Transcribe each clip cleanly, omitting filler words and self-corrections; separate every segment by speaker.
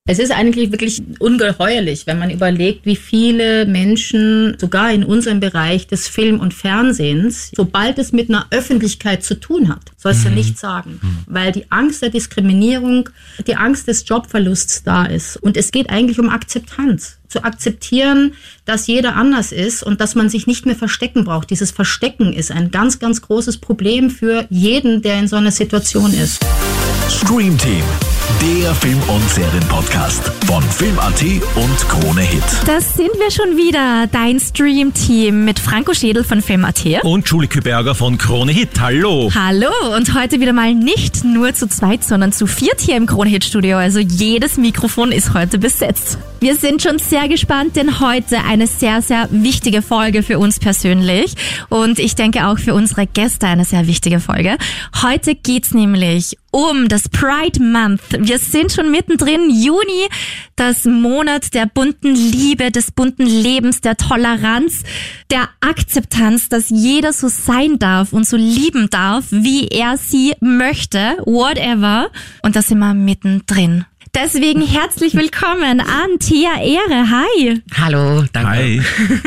Speaker 1: Es ist eigentlich wirklich ungeheuerlich, wenn man überlegt, wie viele Menschen, sogar in unserem Bereich des Film- und Fernsehens, sobald es mit einer Öffentlichkeit zu tun hat, soll es ja nicht sagen, weil die Angst der Diskriminierung, die Angst des Jobverlusts da ist. Und es geht eigentlich um Akzeptanz. Zu akzeptieren, dass jeder anders ist und dass man sich nicht mehr verstecken braucht. Dieses Verstecken ist ein ganz, ganz großes Problem für jeden, der in so einer Situation ist.
Speaker 2: Stream Team, der Film- und Serienpodcast von Film.at und Krone Hit.
Speaker 3: Das sind wir schon wieder, dein Stream-Team mit Franco Schädel von Film.at.
Speaker 4: Und Julie Küberger von Krone Hit. Hallo.
Speaker 3: Hallo, und heute wieder mal nicht nur zu zweit, sondern zu viert hier im Krone Hit Studio. Also jedes Mikrofon ist heute besetzt. Wir sind schon sehr gespannt, denn heute eine sehr, sehr wichtige Folge für uns persönlich. Und ich denke auch für unsere Gäste eine sehr wichtige Folge. Heute geht's nämlich um das Pride Month. Wir sind schon mittendrin, Juni, das Monat der bunten Liebe, des bunten Lebens, der Toleranz, der Akzeptanz, dass jeder so sein darf und so lieben darf, wie er sie möchte, whatever. Und da sind wir mittendrin. Deswegen herzlich willkommen an Thea Ehre. Hi.
Speaker 5: Hallo, danke.
Speaker 4: Hi.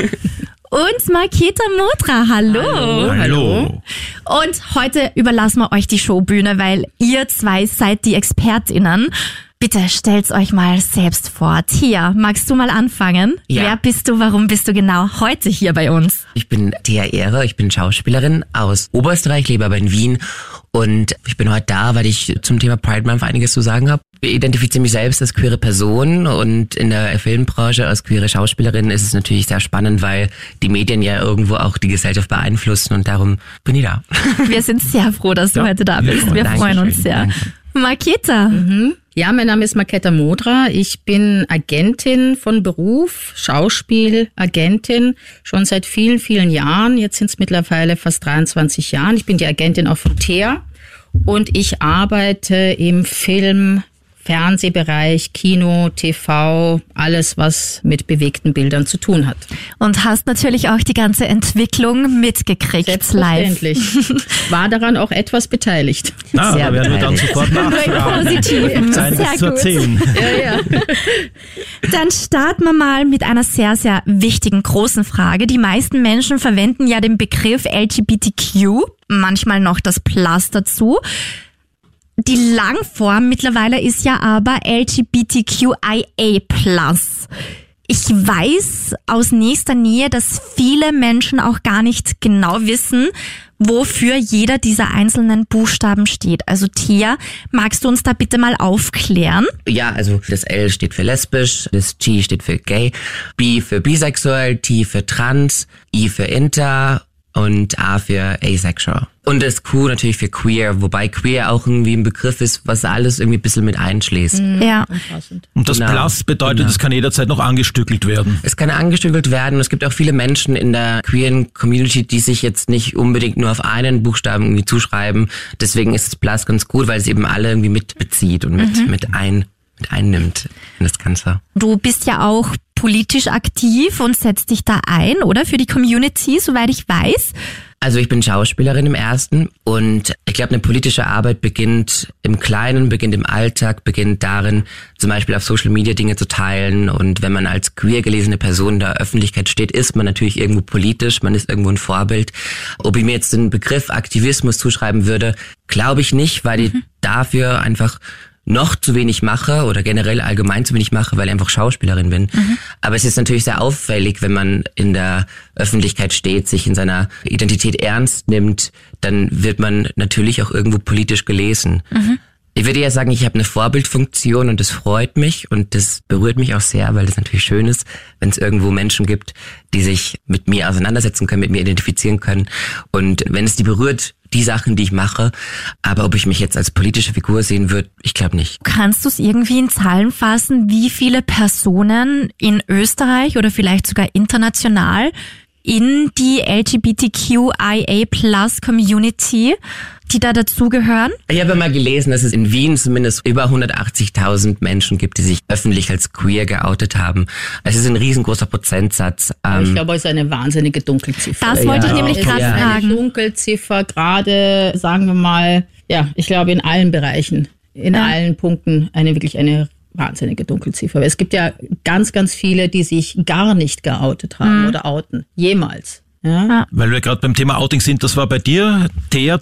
Speaker 3: Und Marketa Motra, hallo.
Speaker 4: Hallo.
Speaker 3: Und heute überlassen wir euch die Showbühne, weil ihr zwei seid die ExpertInnen. Bitte stellt's euch mal selbst vor. Thea, magst du mal anfangen?
Speaker 5: Ja.
Speaker 3: Wer bist du, warum bist du genau heute hier bei uns?
Speaker 5: Ich bin Thea Ehre, ich bin Schauspielerin aus Oberösterreich, lebe aber in Wien. Und ich bin heute da, weil ich zum Thema Pride Month einiges zu sagen habe. Ich identifiziere mich selbst als queere Person und in der Filmbranche als queere Schauspielerin ist es natürlich sehr spannend, weil die Medien ja irgendwo auch die Gesellschaft beeinflussen und darum bin ich da.
Speaker 3: Wir sind sehr froh, dass du heute da bist. Wir
Speaker 5: Dankeschön,
Speaker 3: freuen uns sehr.
Speaker 5: danke.
Speaker 3: Marketa.
Speaker 1: Ja, mein Name ist Marketa Motra. Ich bin Agentin von Beruf, Schauspielagentin, schon seit vielen, vielen Jahren. Jetzt sind es mittlerweile fast 23 Jahren. Ich bin die Agentin auch von Thea und ich arbeite im Film, Fernsehbereich, Kino, TV, alles, was mit bewegten Bildern zu tun hat.
Speaker 3: Und hast natürlich auch die ganze Entwicklung mitgekriegt live.
Speaker 1: Selbstverständlich. War daran auch etwas beteiligt.
Speaker 4: Da
Speaker 5: Sehr
Speaker 4: werden wir dann
Speaker 5: beteiligt.
Speaker 4: sofort nachfragen.
Speaker 3: Positiv.
Speaker 4: Gibt's einiges
Speaker 3: Sehr
Speaker 4: zu
Speaker 3: gut.
Speaker 4: erzählen.
Speaker 1: Ja.
Speaker 3: Dann starten wir mal mit einer sehr, sehr wichtigen, großen Frage. Die meisten Menschen verwenden ja den Begriff LGBTQ, manchmal noch das Plus dazu. Die Langform mittlerweile ist ja aber LGBTQIA+. Ich weiß aus nächster Nähe, dass viele Menschen auch gar nicht genau wissen, wofür jeder dieser einzelnen Buchstaben steht. Also Thea, magst du uns da bitte mal aufklären?
Speaker 5: Ja, also das L steht für lesbisch, das G steht für gay, B für bisexuell, T für trans, I für inter und A für asexual. Und das Q natürlich für queer, wobei queer auch irgendwie ein Begriff ist, was alles irgendwie ein bisschen mit einschließt.
Speaker 3: Ja.
Speaker 4: Und das
Speaker 5: Genau.
Speaker 4: Plus bedeutet,
Speaker 5: Genau.
Speaker 4: es kann jederzeit noch angestückelt werden.
Speaker 5: Es kann angestückelt werden und es gibt auch viele Menschen in der queeren Community, die sich jetzt nicht unbedingt nur auf einen Buchstaben irgendwie zuschreiben. Deswegen ist das Plus ganz gut, weil es eben alle irgendwie mitbezieht und mit einnimmt in das Ganze.
Speaker 3: Du bist ja auch politisch aktiv und setzt dich da ein, oder? Für die Community, soweit ich weiß.
Speaker 5: Also ich bin Schauspielerin im Ersten und ich glaube, eine politische Arbeit beginnt im Kleinen, beginnt im Alltag, beginnt darin, zum Beispiel auf Social Media Dinge zu teilen. Und wenn man als queer gelesene Person in der Öffentlichkeit steht, ist man natürlich irgendwo politisch, man ist irgendwo ein Vorbild. Ob ich mir jetzt den Begriff Aktivismus zuschreiben würde, glaube ich nicht, weil ich dafür einfach noch zu wenig mache oder generell allgemein zu wenig mache, weil ich einfach Schauspielerin bin. Aber es ist natürlich sehr auffällig, wenn man in der Öffentlichkeit steht, sich in seiner Identität ernst nimmt, dann wird man natürlich auch irgendwo politisch gelesen. Ich würde eher sagen, ich habe eine Vorbildfunktion und das freut mich und das berührt mich auch sehr, weil das natürlich schön ist, wenn es irgendwo Menschen gibt, die sich mit mir auseinandersetzen können, mit mir identifizieren können. Und wenn es die berührt, die Sachen, die ich mache, aber ob ich mich jetzt als politische Figur sehen würde, ich glaube nicht.
Speaker 3: Kannst du es irgendwie in Zahlen fassen, wie viele Personen in Österreich oder vielleicht sogar international in die LGBTQIA+-Community, die da dazugehören?
Speaker 5: Ich habe mal gelesen, dass es in Wien zumindest über 180.000 Menschen gibt, die sich öffentlich als queer geoutet haben. Es ist ein riesengroßer Prozentsatz.
Speaker 1: Ich glaube, es ist eine wahnsinnige Dunkelziffer.
Speaker 3: Das wollte ich
Speaker 5: Ja,
Speaker 3: nämlich
Speaker 1: Es
Speaker 3: gerade
Speaker 1: ist eine
Speaker 3: fragen.
Speaker 1: Dunkelziffer, gerade, sagen wir mal, ja, ich glaube in allen Bereichen, in allen Punkten, wirklich eine wahnsinnige Dunkelziffer. Es gibt ja ganz, ganz viele, die sich gar nicht geoutet haben oder outen. Jemals. Ja.
Speaker 4: Weil wir gerade beim Thema Outing sind, das war bei dir, Thea,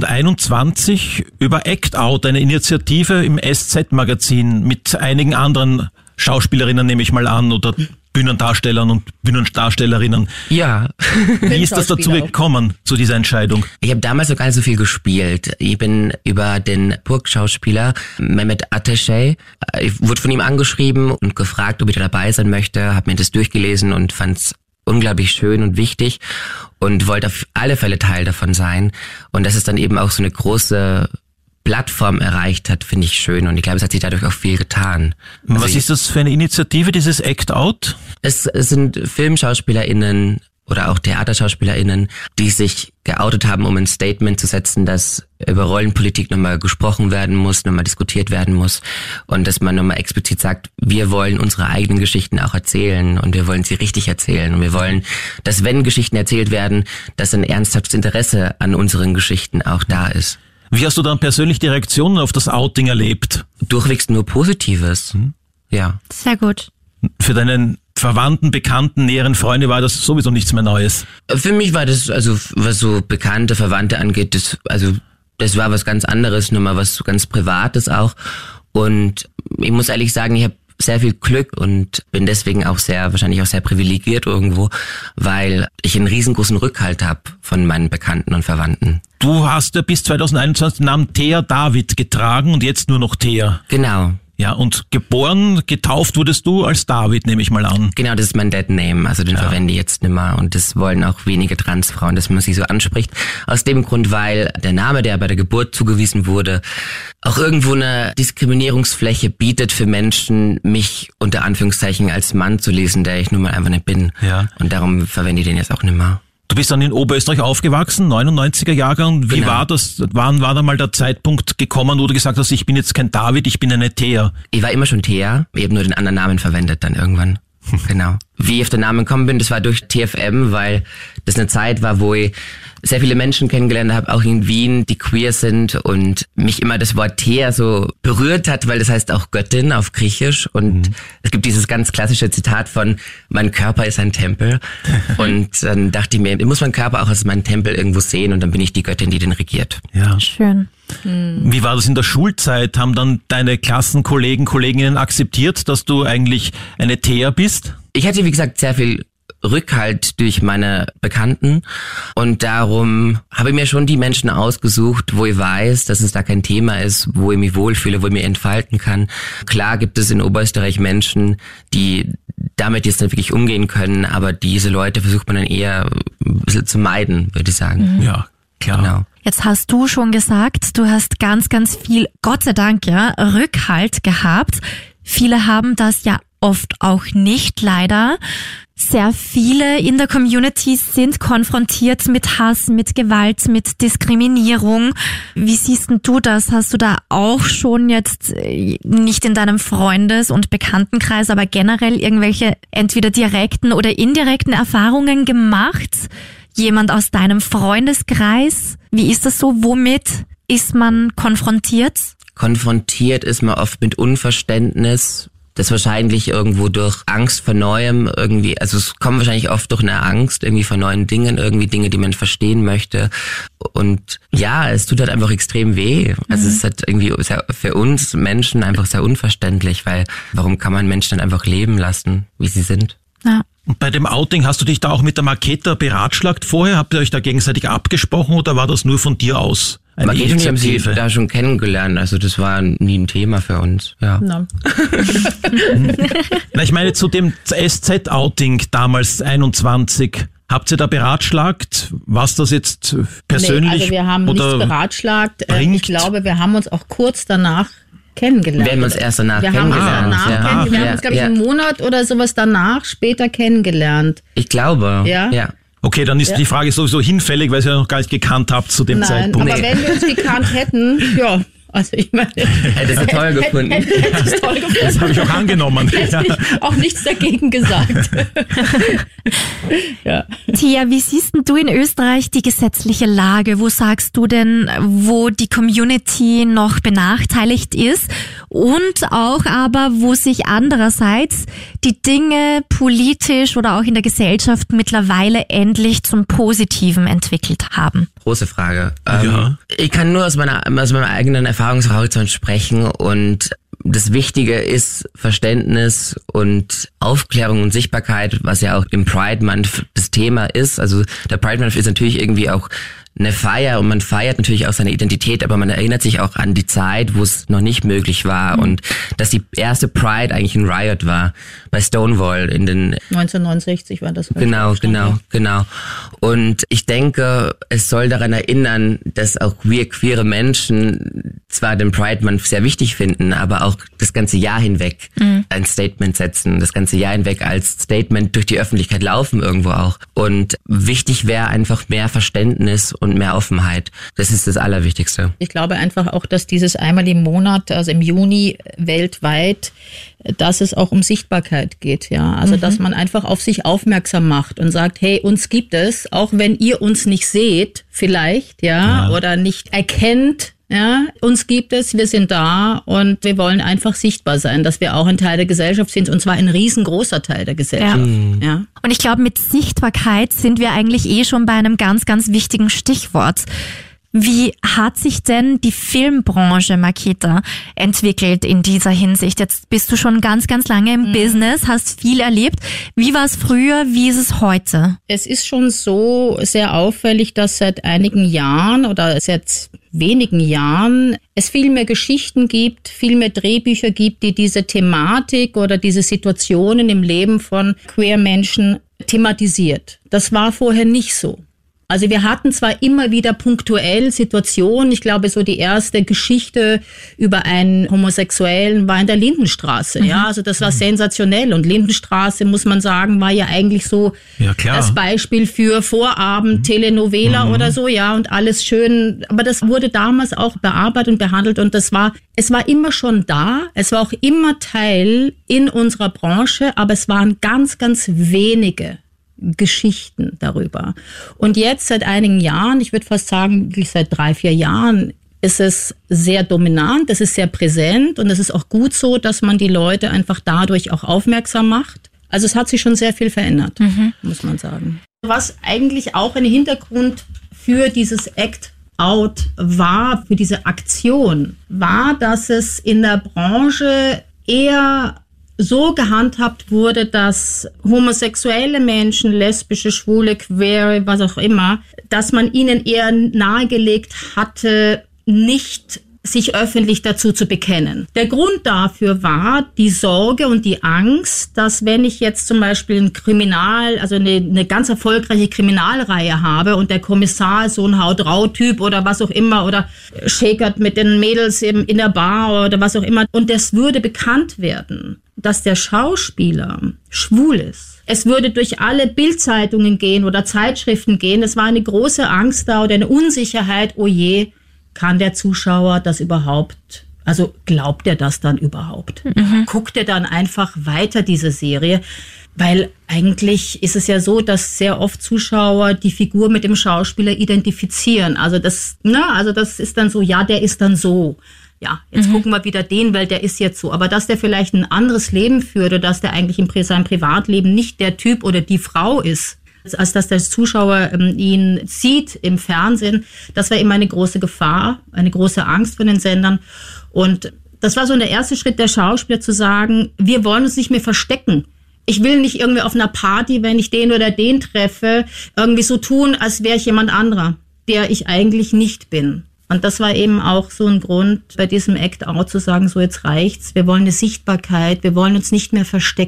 Speaker 4: 2021 über Act Out, eine Initiative im SZ-Magazin mit einigen anderen Schauspielerinnen, nehme ich mal an, oder Bühnendarstellern und Bühnendarstellerinnen.
Speaker 5: Ja.
Speaker 4: Wie ist das dazu gekommen, zu dieser Entscheidung?
Speaker 5: Ich habe damals noch gar nicht so viel gespielt. Ich bin über den Burgschauspieler Mehmet Ateşey, ich wurde von ihm angeschrieben und gefragt, ob ich da dabei sein möchte, habe mir das durchgelesen und fand's unglaublich schön und wichtig und wollte auf alle Fälle Teil davon sein. Und dass es dann eben auch so eine große Plattform erreicht hat, finde ich schön. Und ich glaube, es hat sich dadurch auch viel getan.
Speaker 4: Was ist das für eine Initiative, dieses Act Out?
Speaker 5: Es sind FilmschauspielerInnen oder auch TheaterschauspielerInnen, die sich geoutet haben, um ein Statement zu setzen, dass über Rollenpolitik nochmal gesprochen werden muss, nochmal diskutiert werden muss und dass man nochmal explizit sagt, wir wollen unsere eigenen Geschichten auch erzählen und wir wollen sie richtig erzählen und wir wollen, dass wenn Geschichten erzählt werden, dass ein ernsthaftes Interesse an unseren Geschichten auch da ist.
Speaker 4: Wie hast du dann persönlich die Reaktionen auf das Outing erlebt?
Speaker 5: Durchwegs nur Positives. Ja.
Speaker 3: Sehr gut.
Speaker 4: Für deinen Verwandten, Bekannten, näheren Freunde war das sowieso nichts mehr Neues.
Speaker 5: Für mich war das, also was so bekannte Verwandte angeht, das war was ganz anderes, nochmal was ganz Privates auch. Und ich muss ehrlich sagen, ich habe sehr viel Glück und bin deswegen auch wahrscheinlich auch sehr privilegiert irgendwo, weil ich einen riesengroßen Rückhalt habe von meinen Bekannten und Verwandten.
Speaker 4: Du hast ja bis 2021 den Namen Thea David getragen und jetzt nur noch Thea.
Speaker 5: Genau.
Speaker 4: Ja, und getauft wurdest du als David, nehme ich mal an.
Speaker 5: Genau, das ist mein Dead Name, also den verwende ich jetzt nicht mehr und das wollen auch wenige Transfrauen, dass man sie so anspricht. Aus dem Grund, weil der Name, der bei der Geburt zugewiesen wurde, auch irgendwo eine Diskriminierungsfläche bietet für Menschen, mich unter Anführungszeichen als Mann zu lesen, der ich nun mal einfach nicht bin.
Speaker 4: Ja.
Speaker 5: Und darum verwende ich den jetzt auch nicht mehr.
Speaker 4: Du bist dann in Oberösterreich aufgewachsen, 99er Jahrgang. Wie
Speaker 5: Genau.
Speaker 4: war das? Wann war da mal der Zeitpunkt gekommen, wo du gesagt hast, ich bin jetzt kein David, ich bin eine Thea?
Speaker 5: Ich war immer schon Thea, ich habe nur den anderen Namen verwendet dann irgendwann. Genau. Wie ich auf den Namen gekommen bin, das war durch TFM, weil das eine Zeit war, wo ich sehr viele Menschen kennengelernt habe, auch in Wien, die queer sind und mich immer das Wort Thea so berührt hat, weil das heißt auch Göttin auf Griechisch und es gibt dieses ganz klassische Zitat von mein Körper ist ein Tempel und dann dachte ich mir, ich muss meinen Körper auch als meinen Tempel irgendwo sehen und dann bin ich die Göttin, die den regiert.
Speaker 4: Ja.
Speaker 3: Schön.
Speaker 4: Wie war das in der Schulzeit? Haben dann deine Klassenkollegen, Kolleginnen akzeptiert, dass du eigentlich eine Thea bist?
Speaker 5: Ich hatte, wie gesagt, sehr viel Rückhalt durch meine Bekannten und darum habe ich mir schon die Menschen ausgesucht, wo ich weiß, dass es da kein Thema ist, wo ich mich wohlfühle, wo ich mich entfalten kann. Klar gibt es in Oberösterreich Menschen, die damit jetzt nicht wirklich umgehen können, aber diese Leute versucht man dann eher ein bisschen zu meiden, würde ich sagen.
Speaker 4: Ja, klar.
Speaker 5: Genau.
Speaker 3: Jetzt hast du schon gesagt, du hast ganz, ganz viel, Gott sei Dank, ja, Rückhalt gehabt. Viele haben das ja oft auch nicht, leider. Sehr viele in der Community sind konfrontiert mit Hass, mit Gewalt, mit Diskriminierung. Wie siehst denn du das? Hast du da auch schon jetzt nicht in deinem Freundes- und Bekanntenkreis, aber generell irgendwelche entweder direkten oder indirekten Erfahrungen gemacht? Jemand aus deinem Freundeskreis? Wie ist das so? Womit ist man konfrontiert?
Speaker 5: Konfrontiert ist man oft mit Unverständnis, das wahrscheinlich irgendwo durch Angst vor Neuem irgendwie, also es kommt wahrscheinlich oft durch eine Angst irgendwie vor neuen Dingen, irgendwie Dinge, die man verstehen möchte. Und ja, es tut halt einfach extrem weh. Also es ist halt irgendwie für uns Menschen einfach sehr unverständlich, weil warum kann man Menschen dann einfach leben lassen, wie sie sind?
Speaker 3: Ja.
Speaker 4: Und bei dem Outing, hast du dich da auch mit der Marketa beratschlagt vorher? Habt ihr euch da gegenseitig abgesprochen oder war das nur von dir aus eine
Speaker 5: Marketa und ich haben sie
Speaker 4: Initiative?
Speaker 5: da schon kennengelernt, also das war nie ein Thema für uns. Ja.
Speaker 1: Na.
Speaker 4: Na, ich meine zu dem SZ-Outing damals 21. Habt ihr da beratschlagt, was das jetzt persönlich
Speaker 1: Nee, also wir haben nichts
Speaker 4: oder
Speaker 1: beratschlagt.
Speaker 4: bringt?
Speaker 1: Ich glaube, wir haben uns auch kurz danach kennengelernt.
Speaker 5: Wir haben uns erst danach
Speaker 1: Wir haben uns
Speaker 5: kennengelernt.
Speaker 1: danach
Speaker 5: ja.
Speaker 1: kennengelernt. Wir haben
Speaker 5: Ja,
Speaker 1: uns, glaube ich,
Speaker 5: ja.
Speaker 1: einen Monat oder sowas danach später kennengelernt.
Speaker 5: Ich glaube.
Speaker 1: Ja.
Speaker 5: Ja.
Speaker 4: Okay, dann ist die Frage sowieso hinfällig, weil ihr noch gar nicht gekannt habt zu dem
Speaker 1: Nein,
Speaker 4: Zeitpunkt.
Speaker 1: aber wenn wir uns gekannt hätten, ja, Also ich meine,
Speaker 5: Hättest du toll gefunden.
Speaker 1: Hätte ich toll gefunden.
Speaker 4: Das habe ich auch angenommen.
Speaker 1: Hätte ich auch nichts dagegen gesagt. Ja.
Speaker 3: Thea, wie siehst denn du in Österreich die gesetzliche Lage? Wo sagst du denn, wo die Community noch benachteiligt ist und auch aber, wo sich andererseits die Dinge politisch oder auch in der Gesellschaft mittlerweile endlich zum Positiven entwickelt haben?
Speaker 5: Große Frage.
Speaker 4: Ja.
Speaker 5: Ich kann nur aus meinem eigenen Erfahrungshorizont sprechen und das Wichtige ist Verständnis und Aufklärung und Sichtbarkeit, was ja auch im Pride Month das Thema ist. Also der Pride Month ist natürlich irgendwie auch eine Feier und man feiert natürlich auch seine Identität, aber man erinnert sich auch an die Zeit, wo es noch nicht möglich war und dass die erste Pride eigentlich ein Riot war bei Stonewall in den
Speaker 1: 1969 war das.
Speaker 5: Genau. Und ich denke, es soll daran erinnern, dass auch wir queere Menschen zwar den Pride Month sehr wichtig finden, aber auch das ganze Jahr hinweg ein Statement setzen, das ganze Jahr hinweg als Statement durch die Öffentlichkeit laufen irgendwo auch. Und wichtig wäre einfach mehr Verständnis und mehr Offenheit. Das ist das Allerwichtigste.
Speaker 1: Ich glaube einfach auch, dass dieses einmal im Monat, also im Juni weltweit, dass es auch um Sichtbarkeit geht, ja. Also, dass man einfach auf sich aufmerksam macht und sagt, hey, uns gibt es, auch wenn ihr uns nicht seht, vielleicht, ja. Oder nicht erkennt, ja, uns gibt es, wir sind da und wir wollen einfach sichtbar sein, dass wir auch ein Teil der Gesellschaft sind und zwar ein riesengroßer Teil der Gesellschaft. Ja.
Speaker 3: Und ich glaube, mit Sichtbarkeit sind wir eigentlich schon bei einem ganz, ganz wichtigen Stichwort. Wie hat sich denn die Filmbranche, Maketa, entwickelt in dieser Hinsicht? Jetzt bist du schon ganz, ganz lange im Business, hast viel erlebt. Wie war es früher, wie ist es heute?
Speaker 1: Es ist schon so sehr auffällig, dass seit einigen Jahren oder seit wenigen Jahren es viel mehr Geschichten gibt, viel mehr Drehbücher gibt, die diese Thematik oder diese Situationen im Leben von queer Menschen thematisiert. Das war vorher nicht so. Also wir hatten zwar immer wieder punktuell Situationen, ich glaube so die erste Geschichte über einen Homosexuellen war in der Lindenstraße, ja, also das war sensationell und Lindenstraße, muss man sagen, war ja eigentlich so das Beispiel für Vorabend, Telenovela oder so, ja, und alles schön, aber das wurde damals auch bearbeitet und behandelt und es war immer schon da, es war auch immer Teil in unserer Branche, aber es waren ganz, ganz wenige Geschichten darüber. Und jetzt seit einigen Jahren, ich würde fast sagen, wirklich seit 3-4 Jahren, ist es sehr dominant, es ist sehr präsent und es ist auch gut so, dass man die Leute einfach dadurch auch aufmerksam macht. Also es hat sich schon sehr viel verändert, muss man sagen. Was eigentlich auch ein Hintergrund für dieses Act Out war, für diese Aktion, war, dass es in der Branche eher so gehandhabt wurde, dass homosexuelle Menschen, lesbische, schwule, queere, was auch immer, dass man ihnen eher nahegelegt hatte, nicht sich öffentlich dazu zu bekennen. Der Grund dafür war die Sorge und die Angst, dass wenn ich jetzt zum Beispiel eine ganz erfolgreiche Kriminalreihe habe und der Kommissar ist so ein Haut-Rau-Typ oder was auch immer oder shakert mit den Mädels in der Bar oder was auch immer und das würde bekannt werden, dass der Schauspieler schwul ist. Es würde durch alle Bildzeitungen gehen oder Zeitschriften gehen. Es war eine große Angst da oder eine Unsicherheit, oh je, kann der Zuschauer das überhaupt, also glaubt er das dann überhaupt? Guckt er dann einfach weiter diese Serie? Weil eigentlich ist es ja so, dass sehr oft Zuschauer die Figur mit dem Schauspieler identifizieren. Also das ist dann so, ja, der ist dann so. Ja, jetzt gucken wir wieder den, weil der ist jetzt so. Aber dass der vielleicht ein anderes Leben führt oder dass der eigentlich in seinem Privatleben nicht der Typ oder die Frau ist, als dass der Zuschauer ihn sieht im Fernsehen, das war immer eine große Gefahr, eine große Angst von den Sendern. Und das war so der erste Schritt der Schauspieler zu sagen, wir wollen uns nicht mehr verstecken. Ich will nicht irgendwie auf einer Party, wenn ich den oder den treffe, irgendwie so tun, als wäre ich jemand anderer, der ich eigentlich nicht bin. Und das war eben auch so ein Grund, bei diesem Act Out zu sagen, so jetzt reicht's. Wir wollen eine Sichtbarkeit, wir wollen uns nicht mehr verstecken.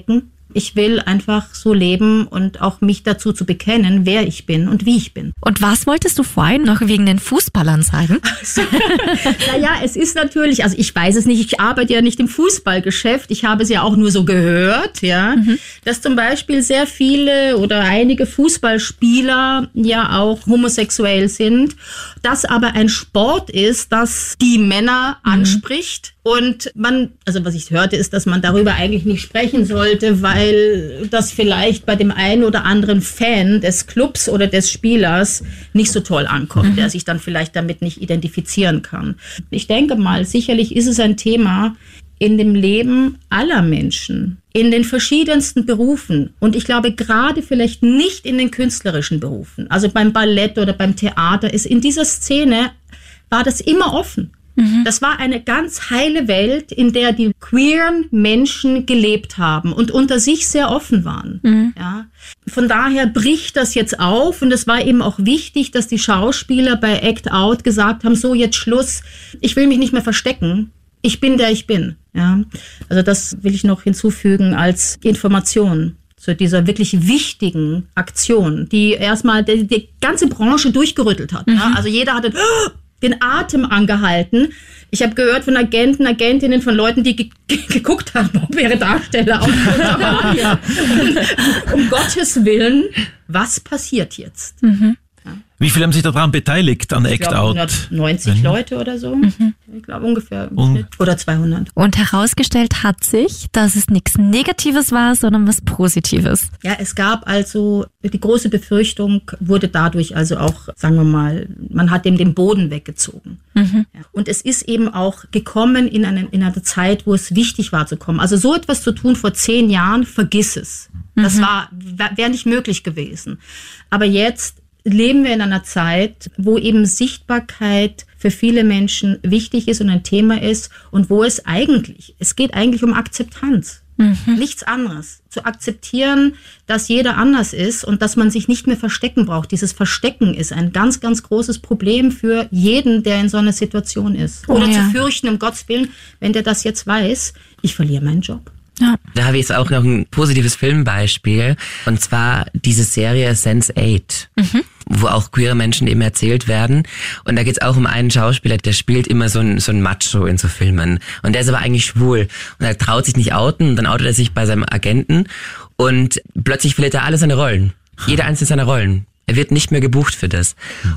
Speaker 1: Ich will einfach so leben und auch mich dazu zu bekennen, wer ich bin und wie ich bin.
Speaker 3: Und was wolltest du vorhin noch wegen den Fußballern sagen?
Speaker 1: Naja, es ist natürlich, also ich weiß es nicht, ich arbeite ja nicht im Fußballgeschäft, ich habe es ja auch nur so gehört, ja, dass zum Beispiel sehr viele oder einige Fußballspieler ja auch homosexuell sind, dass aber ein Sport ist, das die Männer anspricht. Und also was ich hörte, ist, dass man darüber eigentlich nicht sprechen sollte, weil das vielleicht bei dem einen oder anderen Fan des Clubs oder des Spielers nicht so toll ankommt, der sich dann vielleicht damit nicht identifizieren kann. Ich denke mal, sicherlich ist es ein Thema in dem Leben aller Menschen, in den verschiedensten Berufen. Und ich glaube, gerade vielleicht nicht in den künstlerischen Berufen, also beim Ballett oder beim Theater, ist in dieser Szene, war das immer offen. Das war eine ganz heile Welt, in der die queeren Menschen gelebt haben und unter sich sehr offen waren. Ja. Von daher bricht das jetzt auf und es war eben auch wichtig, dass die Schauspieler bei Act Out gesagt haben, so jetzt Schluss, ich will mich nicht mehr verstecken, ich bin der ich bin. Ja. Also das will ich noch hinzufügen als Information zu dieser wirklich wichtigen Aktion, die erstmal die ganze Branche durchgerüttelt hat. Ja. Also jeder hatte den Atem angehalten. Ich habe gehört von Agenten, Agentinnen, von Leuten, die geguckt haben, ob ihre Darsteller auch um Gottes Willen, was passiert jetzt?
Speaker 4: Wie viele haben sich daran beteiligt an Act Out?
Speaker 1: 190 Leute oder so. Ich glaube ungefähr. Oder 200.
Speaker 3: Und herausgestellt hat sich, dass es nichts Negatives war, sondern was Positives.
Speaker 1: Ja, es gab also, die große Befürchtung wurde dadurch also auch, sagen wir mal, man hat dem den Boden weggezogen. Ja. Und es ist eben auch gekommen in einer Zeit, wo es wichtig war zu kommen. Also so etwas zu tun vor 10 Jahren, vergiss es. Das wäre nicht möglich gewesen. Aber jetzt leben wir in einer Zeit, wo eben Sichtbarkeit für viele Menschen wichtig ist und ein Thema ist und wo es geht eigentlich um Akzeptanz. Nichts anderes. Zu akzeptieren, dass jeder anders ist und dass man sich nicht mehr verstecken braucht. Dieses Verstecken ist ein ganz, ganz großes Problem für jeden, der in so einer Situation ist. Oder zu fürchten, um Gottes Willen, wenn der das jetzt weiß, ich verliere meinen Job.
Speaker 5: Ja. Da habe ich jetzt auch noch ein positives Filmbeispiel. Und zwar diese Serie Sense8, wo auch queere Menschen eben erzählt werden. Und da geht es auch um einen Schauspieler, der spielt immer so ein Macho in so Filmen. Und der ist aber eigentlich schwul. Und er traut sich nicht outen. Und dann outet er sich bei seinem Agenten. Und plötzlich verliert er alle seine Rollen. Jede einzelne seiner Rollen. Er wird nicht mehr gebucht für das.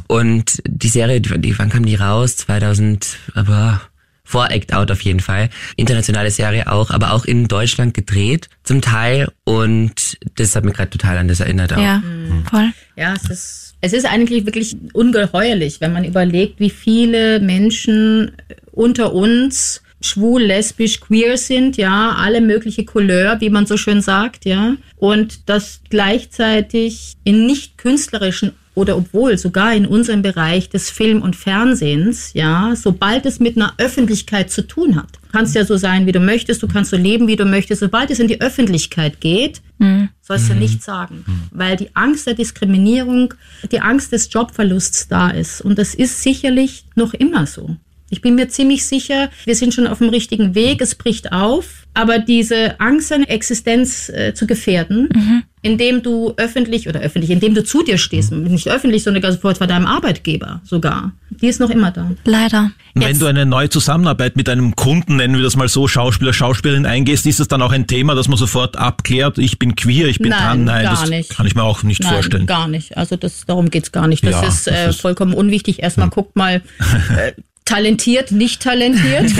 Speaker 5: Und die Serie, wann kam die raus? 2000, aber vor Act Out auf jeden Fall. Internationale Serie auch, aber auch in Deutschland gedreht, zum Teil. Und das hat mich gerade total an das erinnert auch.
Speaker 3: Ja, voll.
Speaker 1: Ja, es ist eigentlich wirklich ungeheuerlich, wenn man überlegt, wie viele Menschen unter uns schwul, lesbisch, queer sind, ja, alle mögliche Couleur, wie man so schön sagt, ja. Und das gleichzeitig in nicht künstlerischen oder obwohl sogar in unserem Bereich des Film- und Fernsehens, ja, sobald es mit einer Öffentlichkeit zu tun hat. Du kannst ja so sein, wie du möchtest, du kannst so leben, wie du möchtest. Sobald es in die Öffentlichkeit geht, sollst du nichts sagen. Weil die Angst der Diskriminierung, die Angst des Jobverlusts da ist. Und das ist sicherlich noch immer so. Ich bin mir ziemlich sicher, wir sind schon auf dem richtigen Weg, es bricht auf. Aber diese Angst, seine Existenz zu gefährden, indem du indem du zu dir stehst, nicht öffentlich, sondern vor deinem Arbeitgeber sogar, die ist noch immer da.
Speaker 3: Leider.
Speaker 4: Wenn du eine neue Zusammenarbeit mit einem Kunden, nennen wir das mal so, Schauspieler, Schauspielerin eingehst, ist das dann auch ein Thema, das man sofort abklärt, ich bin queer, ich bin dran? Nein,
Speaker 1: gar
Speaker 4: das
Speaker 1: nicht.
Speaker 4: Kann ich mir auch nicht vorstellen.
Speaker 1: Gar nicht. Also darum geht's gar nicht. Das ist vollkommen unwichtig. Erstmal guckt mal, talentiert, nicht talentiert.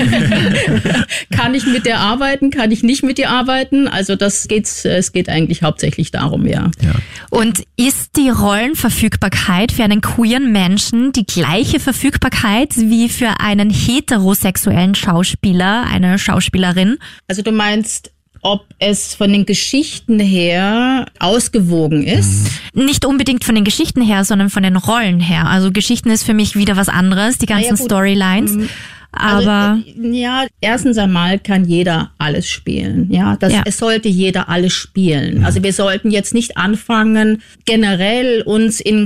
Speaker 1: Kann ich mit der arbeiten, kann ich nicht mit dir arbeiten? Also es geht eigentlich hauptsächlich darum, ja.
Speaker 3: Und ist die Rollenverfügbarkeit für einen queeren Menschen die gleiche Verfügbarkeit wie für einen heterosexuellen Schauspieler, eine Schauspielerin?
Speaker 1: Also du meinst, ob es von den Geschichten her ausgewogen ist?
Speaker 3: Nicht unbedingt von den Geschichten her, sondern von den Rollen her. Also Geschichten ist für mich wieder was anderes, die ganzen Storylines. Aber
Speaker 1: erstens einmal kann jeder alles spielen. Es sollte jeder alles spielen. Also wir sollten jetzt nicht anfangen, generell uns in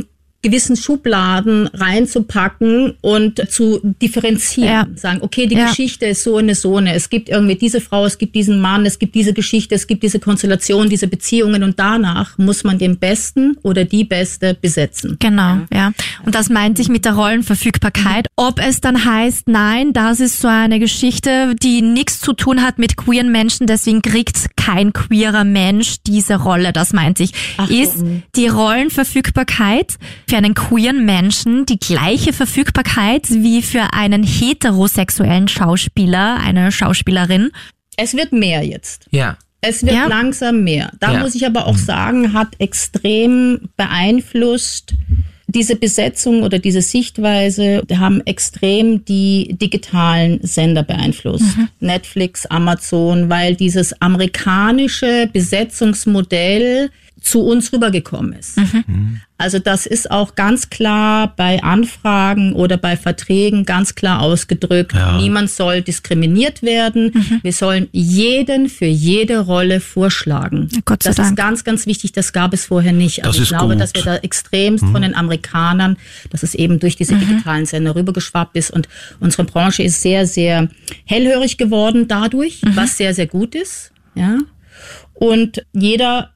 Speaker 1: gewissen Schubladen reinzupacken und zu differenzieren.
Speaker 3: Ja.
Speaker 1: Sagen, okay, die Geschichte ist so eine. Es gibt irgendwie diese Frau, es gibt diesen Mann, es gibt diese Geschichte, es gibt diese Konstellation, diese Beziehungen und danach muss man den Besten oder die Beste besetzen.
Speaker 3: Genau, ja. Und das meint sich mit der Rollenverfügbarkeit. Ob es dann heißt, nein, das ist so eine Geschichte, die nichts zu tun hat mit queeren Menschen, deswegen kriegt kein queerer Mensch diese Rolle, das meint sich. Ist die Rollenverfügbarkeit für einen queeren Menschen die gleiche Verfügbarkeit wie für einen heterosexuellen Schauspieler, eine Schauspielerin?
Speaker 1: Es wird mehr jetzt.
Speaker 5: Ja.
Speaker 1: Es wird langsam mehr. Da muss ich aber auch sagen, hat extrem beeinflusst diese Besetzung oder diese Sichtweise, haben extrem die digitalen Sender beeinflusst. Netflix, Amazon, weil dieses amerikanische Besetzungsmodell zu uns rübergekommen ist. Also das ist auch ganz klar bei Anfragen oder bei Verträgen ganz klar ausgedrückt. Ja. Niemand soll diskriminiert werden. Wir sollen jeden für jede Rolle vorschlagen.
Speaker 3: Gott sei Dank.
Speaker 1: Das ist ganz, ganz wichtig. Das gab es vorher nicht. Also ich glaube, dass wir da extremst von den Amerikanern, dass es eben durch diese digitalen Sender rübergeschwappt ist. Und unsere Branche ist sehr, sehr hellhörig geworden dadurch, was sehr, sehr gut ist. Ja. Und jeder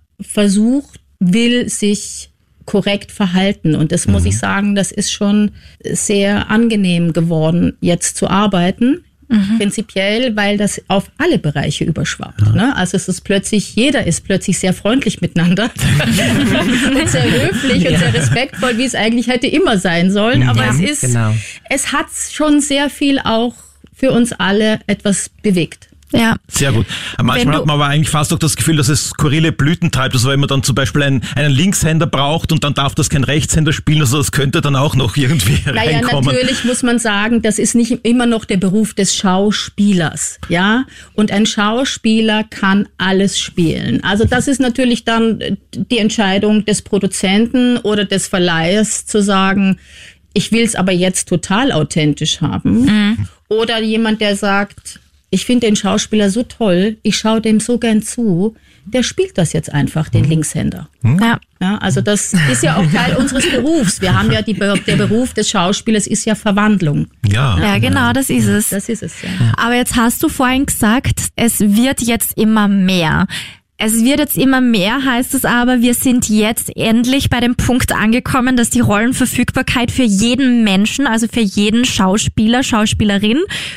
Speaker 1: will sich korrekt verhalten. Und das muss ich sagen, das ist schon sehr angenehm geworden, jetzt zu arbeiten. Prinzipiell, weil das auf alle Bereiche überschwappt. Ne? Also es ist jeder ist plötzlich sehr freundlich miteinander und sehr höflich und sehr respektvoll, wie es eigentlich hätte immer sein sollen. Aber es hat schon sehr viel auch für uns alle etwas bewegt.
Speaker 3: Ja.
Speaker 4: Sehr gut. Manchmal hat man aber eigentlich fast auch das Gefühl, dass es skurrile Blüten treibt. Also wenn man dann zum Beispiel einen Linkshänder braucht und dann darf das kein Rechtshänder spielen, also das könnte dann auch noch irgendwie reinkommen.
Speaker 1: Natürlich muss man sagen, das ist nicht immer noch der Beruf des Schauspielers, ja. Und ein Schauspieler kann alles spielen. Also das ist natürlich dann die Entscheidung des Produzenten oder des Verleihers zu sagen, ich will es aber jetzt total authentisch haben. Oder jemand, der sagt, ich finde den Schauspieler so toll, ich schaue dem so gern zu, der spielt das jetzt einfach, den Linkshänder. Ja, also das ist ja auch Teil unseres Berufs. Wir haben ja der Beruf des Schauspielers ist ja Verwandlung.
Speaker 3: Ja, genau, das ist es.
Speaker 1: Das ist es, ja.
Speaker 3: Aber jetzt hast du vorhin gesagt, es wird jetzt immer mehr. Es wird jetzt immer mehr, heißt es aber, wir sind jetzt endlich bei dem Punkt angekommen, dass die Rollenverfügbarkeit für jeden Menschen, also für jeden Schauspieler, Schauspielerin,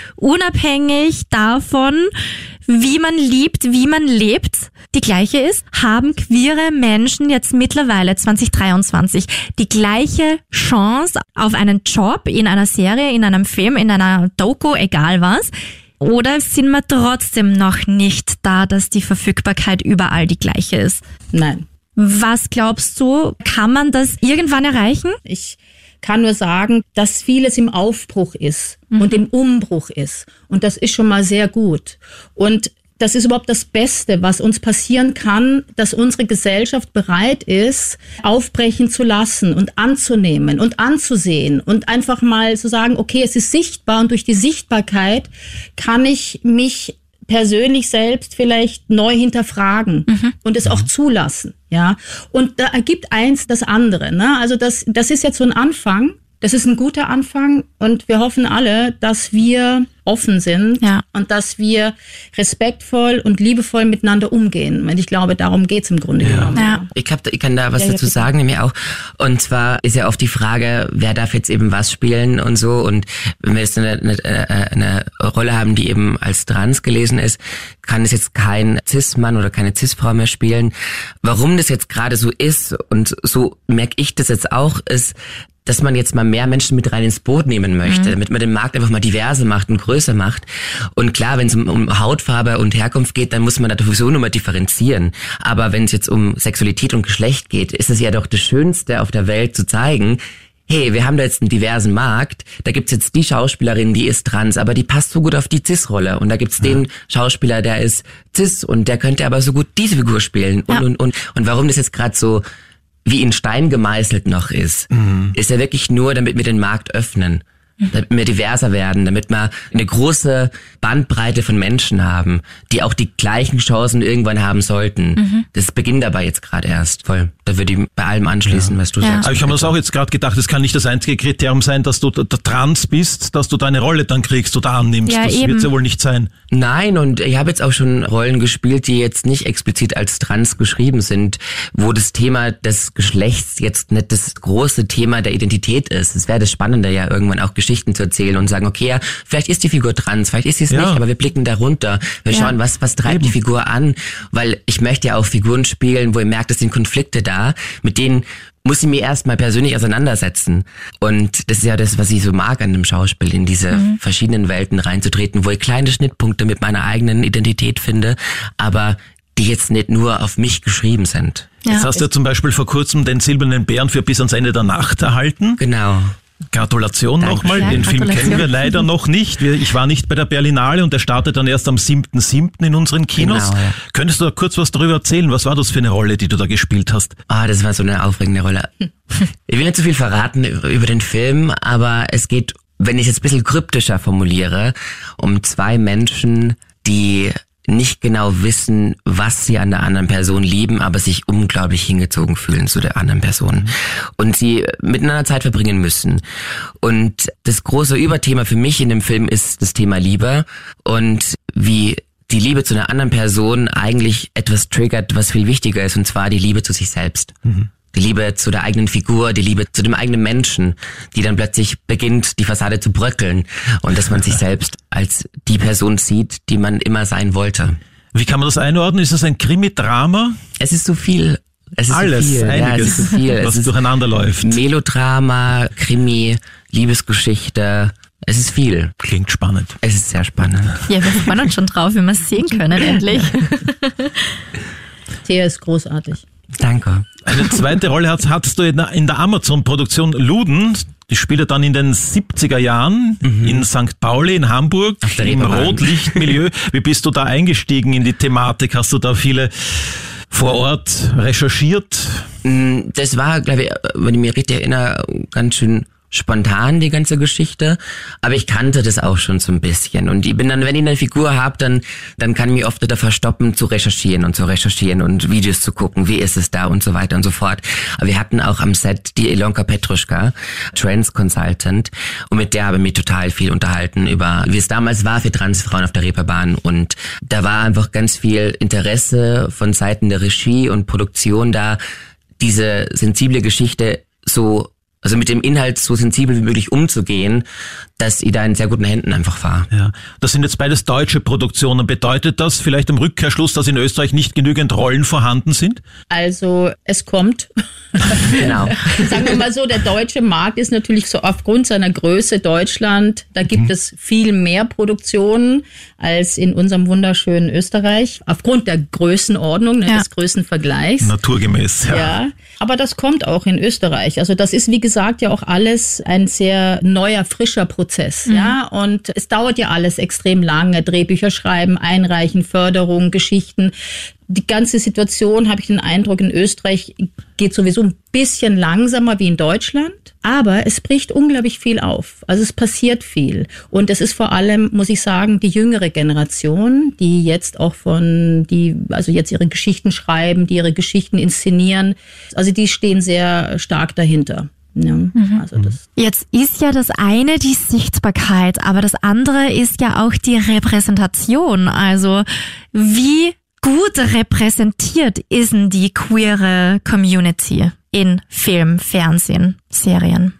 Speaker 3: unabhängig davon, wie man liebt, wie man lebt, die gleiche ist, haben queere Menschen jetzt mittlerweile 2023 die gleiche Chance auf einen Job in einer Serie, in einem Film, in einer Doku, egal was. Oder sind wir trotzdem noch nicht da, dass die Verfügbarkeit überall die gleiche ist?
Speaker 1: Nein.
Speaker 3: Was glaubst du, kann man das irgendwann erreichen?
Speaker 1: Ich kann nur sagen, dass vieles im Aufbruch ist und im Umbruch ist. Und das ist schon mal sehr gut. Und das ist überhaupt das Beste, was uns passieren kann, dass unsere Gesellschaft bereit ist, aufbrechen zu lassen und anzunehmen und anzusehen und einfach mal zu sagen, okay, es ist sichtbar und durch die Sichtbarkeit kann ich mich persönlich selbst vielleicht neu hinterfragen und es auch zulassen, ja. Und da ergibt eins das andere, ne? Also das ist jetzt so ein Anfang. Das ist ein guter Anfang und wir hoffen alle, dass wir offen sind und dass wir respektvoll und liebevoll miteinander umgehen. Und ich glaube, darum geht's im Grunde genommen.
Speaker 5: Ja. Ich kann da was dazu sagen, nämlich auch. Und zwar ist ja oft die Frage, wer darf jetzt eben was spielen und so. Und wenn wir jetzt eine Rolle haben, die eben als trans gelesen ist, kann es jetzt kein Cis-Mann oder keine Cis-Frau mehr spielen. Warum das jetzt gerade so ist und so merke ich das jetzt auch, ist, dass man jetzt mal mehr Menschen mit rein ins Boot nehmen möchte, damit man den Markt einfach mal diverser macht und größer macht. Und klar, wenn es um Hautfarbe und Herkunft geht, dann muss man da sowieso nur mal differenzieren. Aber wenn es jetzt um Sexualität und Geschlecht geht, ist es ja doch das Schönste auf der Welt zu zeigen, hey, wir haben da jetzt einen diversen Markt, da gibt's jetzt die Schauspielerin, die ist trans, aber die passt so gut auf die Cis-Rolle. Und da gibt's den Schauspieler, der ist Cis und der könnte aber so gut diese Figur spielen. Und warum das jetzt gerade so wie in Stein gemeißelt noch ist ja wirklich nur, damit wir den Markt öffnen. damit wir diverser werden, damit wir eine große Bandbreite von Menschen haben, die auch die gleichen Chancen irgendwann haben sollten. Das beginnt dabei jetzt gerade erst. Voll. Da würde ich bei allem anschließen, was du sagst.
Speaker 4: Aber ich habe mir das auch jetzt gerade gedacht, es kann nicht das einzige Kriterium sein, dass du trans bist, dass du deine Rolle dann kriegst oder annimmst.
Speaker 3: Ja,
Speaker 4: das
Speaker 3: eben.
Speaker 4: wird es ja wohl nicht sein.
Speaker 5: Nein, und ich habe jetzt auch schon Rollen gespielt, die jetzt nicht explizit als trans geschrieben sind, wo das Thema des Geschlechts jetzt nicht das große Thema der Identität ist. Es wäre das Spannende, ja irgendwann auch Geschichten zu erzählen und sagen, okay, ja, vielleicht ist die Figur trans, vielleicht ist sie es nicht, aber wir blicken da runter. Wir schauen, was treibt die Figur an, weil ich möchte ja auch Figuren spielen, wo ihr merkt, es sind Konflikte da, mit denen muss ich mir erstmal persönlich auseinandersetzen. Und das ist ja das, was ich so mag an dem Schauspiel, in diese verschiedenen Welten reinzutreten, wo ich kleine Schnittpunkte mit meiner eigenen Identität finde, aber die jetzt nicht nur auf mich geschrieben sind.
Speaker 3: Ja.
Speaker 4: Jetzt hast du ja zum Beispiel vor kurzem den Silbernen Bären für Bis ans Ende der Nacht erhalten.
Speaker 5: Genau.
Speaker 4: Gratulation nochmal,
Speaker 3: Ja,
Speaker 4: den Film
Speaker 3: Gratulation.
Speaker 4: kennen wir leider noch nicht. Ich war nicht bei der Berlinale und der startet dann erst am 7.7. in unseren Kinos.
Speaker 5: Genau, ja.
Speaker 4: Könntest du da kurz was darüber erzählen? Was war das für eine Rolle, die du da gespielt hast?
Speaker 5: Das war so eine aufregende Rolle. Ich will nicht zu viel verraten über den Film, aber es geht, wenn ich es jetzt ein bisschen kryptischer formuliere, um zwei Menschen, die nicht genau wissen, was sie an der anderen Person lieben, aber sich unglaublich hingezogen fühlen zu der anderen Person. Und sie miteinander Zeit verbringen müssen. Und das große Überthema für mich in dem Film ist das Thema Liebe und wie die Liebe zu einer anderen Person eigentlich etwas triggert, was viel wichtiger ist, und zwar die Liebe zu sich selbst. Die Liebe zu der eigenen Figur, die Liebe zu dem eigenen Menschen, die dann plötzlich beginnt, die Fassade zu bröckeln und dass man sich selbst als die Person sieht, die man immer sein wollte.
Speaker 4: Wie kann man das einordnen? Ist das ein Krimi-Drama?
Speaker 5: Es ist so viel. Es ist
Speaker 4: Alles,
Speaker 5: so viel.
Speaker 4: einiges,
Speaker 5: ja, es ist so viel.
Speaker 4: was
Speaker 5: Es ist
Speaker 4: durcheinander läuft.
Speaker 5: Melodrama, Krimi, Liebesgeschichte. Es ist viel.
Speaker 4: Klingt spannend.
Speaker 5: Es ist sehr spannend.
Speaker 3: Ja, wir freuen uns schon drauf, wie wir es sehen können, endlich.
Speaker 1: Thea ist großartig.
Speaker 5: Danke.
Speaker 4: Eine zweite Rolle hattest du in der Amazon-Produktion Luden. Die spielte dann in den 70er Jahren in St. Pauli, in Hamburg,
Speaker 5: der
Speaker 4: im
Speaker 5: Reeperbahn.
Speaker 4: Rotlichtmilieu. Wie bist du da eingestiegen in die Thematik? Hast du da viele vor Ort recherchiert?
Speaker 5: Das war, glaube ich, wenn ich mich richtig erinnere, ganz schön spontan, die ganze Geschichte. Aber ich kannte das auch schon so ein bisschen. Und ich bin dann, wenn ich eine Figur habe, dann kann ich mich oft da verstoppen, zu recherchieren und Videos zu gucken, wie ist es da und so weiter und so fort. Aber wir hatten auch am Set die Ilonka Petruschka, Trans Consultant, und mit der habe ich mich total viel unterhalten über, wie es damals war für Transfrauen auf der Reeperbahn. Und da war einfach ganz viel Interesse von Seiten der Regie und Produktion da, diese sensible Geschichte also mit dem Inhalt so sensibel wie möglich umzugehen, dass ich da in sehr guten Händen einfach war.
Speaker 4: Ja, das sind jetzt beides deutsche Produktionen. Bedeutet das vielleicht im Rückkehrschluss, dass in Österreich nicht genügend Rollen vorhanden sind?
Speaker 1: Also es kommt.
Speaker 5: Genau.
Speaker 1: Sagen wir mal so, der deutsche Markt ist natürlich so aufgrund seiner Größe Deutschland, da gibt es viel mehr Produktionen als in unserem wunderschönen Österreich. Aufgrund der Größenordnung, des Größenvergleichs.
Speaker 4: Naturgemäß, ja.
Speaker 1: Ja, aber das kommt auch in Österreich. Also das ist, wie gesagt, ja auch alles ein sehr neuer, frischer Prozess. Ja, und es dauert ja alles extrem lange. Drehbücher schreiben, einreichen, Förderung, Geschichten. Die ganze Situation, habe ich den Eindruck, in Österreich geht sowieso ein bisschen langsamer wie in Deutschland. Aber es bricht unglaublich viel auf. Also es passiert viel. Und es ist vor allem, muss ich sagen, die jüngere Generation, die jetzt auch also jetzt ihre Geschichten schreiben, die ihre Geschichten inszenieren. Also die stehen sehr stark dahinter. Ja, also das.
Speaker 3: Jetzt ist ja das eine die Sichtbarkeit, aber das andere ist ja auch die Repräsentation. Also wie gut repräsentiert ist denn die queere Community in Film, Fernsehen, Serien?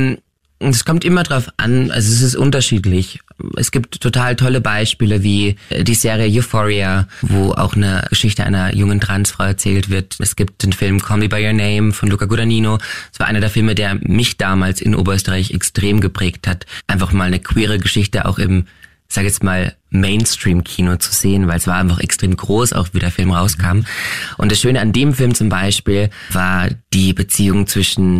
Speaker 5: Es kommt immer drauf an, also es ist unterschiedlich. Es gibt total tolle Beispiele wie die Serie Euphoria, wo auch eine Geschichte einer jungen Transfrau erzählt wird. Es gibt den Film Call Me By Your Name von Luca Guadagnino. Es war einer der Filme, der mich damals in Oberösterreich extrem geprägt hat. Einfach mal eine queere Geschichte auch im, sag jetzt mal, Mainstream-Kino zu sehen, weil es war einfach extrem groß, auch wie der Film rauskam. Und das Schöne an dem Film zum Beispiel war die Beziehung zwischen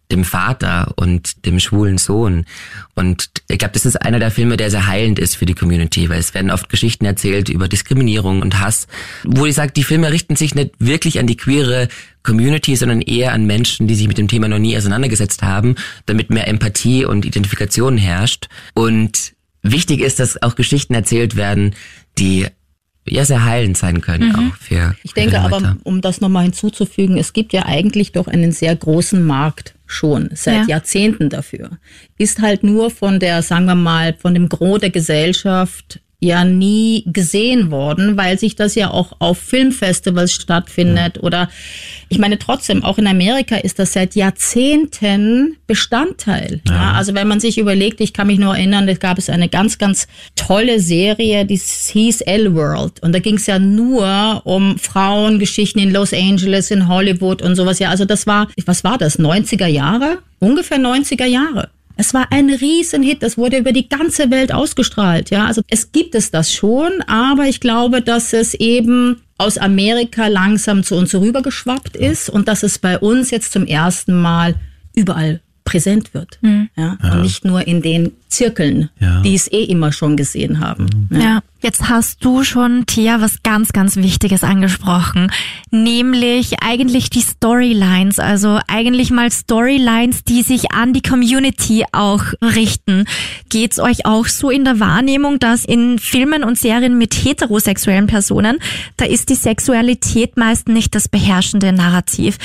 Speaker 5: dem Vater und dem schwulen Sohn. Und ich glaube, das ist einer der Filme, der sehr heilend ist für die Community, weil es werden oft Geschichten erzählt über Diskriminierung und Hass, wo ich sage, die Filme richten sich nicht wirklich an die queere Community, sondern eher an Menschen, die sich mit dem Thema noch nie auseinandergesetzt haben, damit mehr Empathie und Identifikation herrscht. Und wichtig ist, dass auch Geschichten erzählt werden, die ja sehr heilend sein können auch für
Speaker 1: Ich denke aber, um das nochmal hinzuzufügen, es gibt ja eigentlich doch einen sehr großen Markt schon seit Jahrzehnten dafür. Ist halt nur von der, sagen wir mal, von dem Gros der Gesellschaft ja nie gesehen worden, weil sich das ja auch auf Filmfestivals stattfindet oder ich meine trotzdem, auch in Amerika ist das seit Jahrzehnten Bestandteil. Ja, also wenn man sich überlegt, ich kann mich nur erinnern, da gab es eine ganz, ganz tolle Serie, die hieß L-World und da ging es ja nur um Frauengeschichten in Los Angeles, in Hollywood und sowas. Ja, also das war, was war das, 90er Jahre? Ungefähr 90er Jahre. Es war ein Riesenhit, das wurde über die ganze Welt ausgestrahlt, ja. Also es gibt das schon, aber ich glaube, dass es eben aus Amerika langsam zu uns rübergeschwappt ist und dass es bei uns jetzt zum ersten Mal überall präsent wird. Ja? Und nicht nur in den Zirkeln, die es immer schon gesehen haben.
Speaker 3: Ja, jetzt hast du schon, Thea, was ganz, ganz Wichtiges angesprochen, nämlich eigentlich die Storylines, also eigentlich mal Storylines, die sich an die Community auch richten. Geht's euch auch so in der Wahrnehmung, dass in Filmen und Serien mit heterosexuellen Personen, da ist die Sexualität meist nicht das beherrschende Narrativ.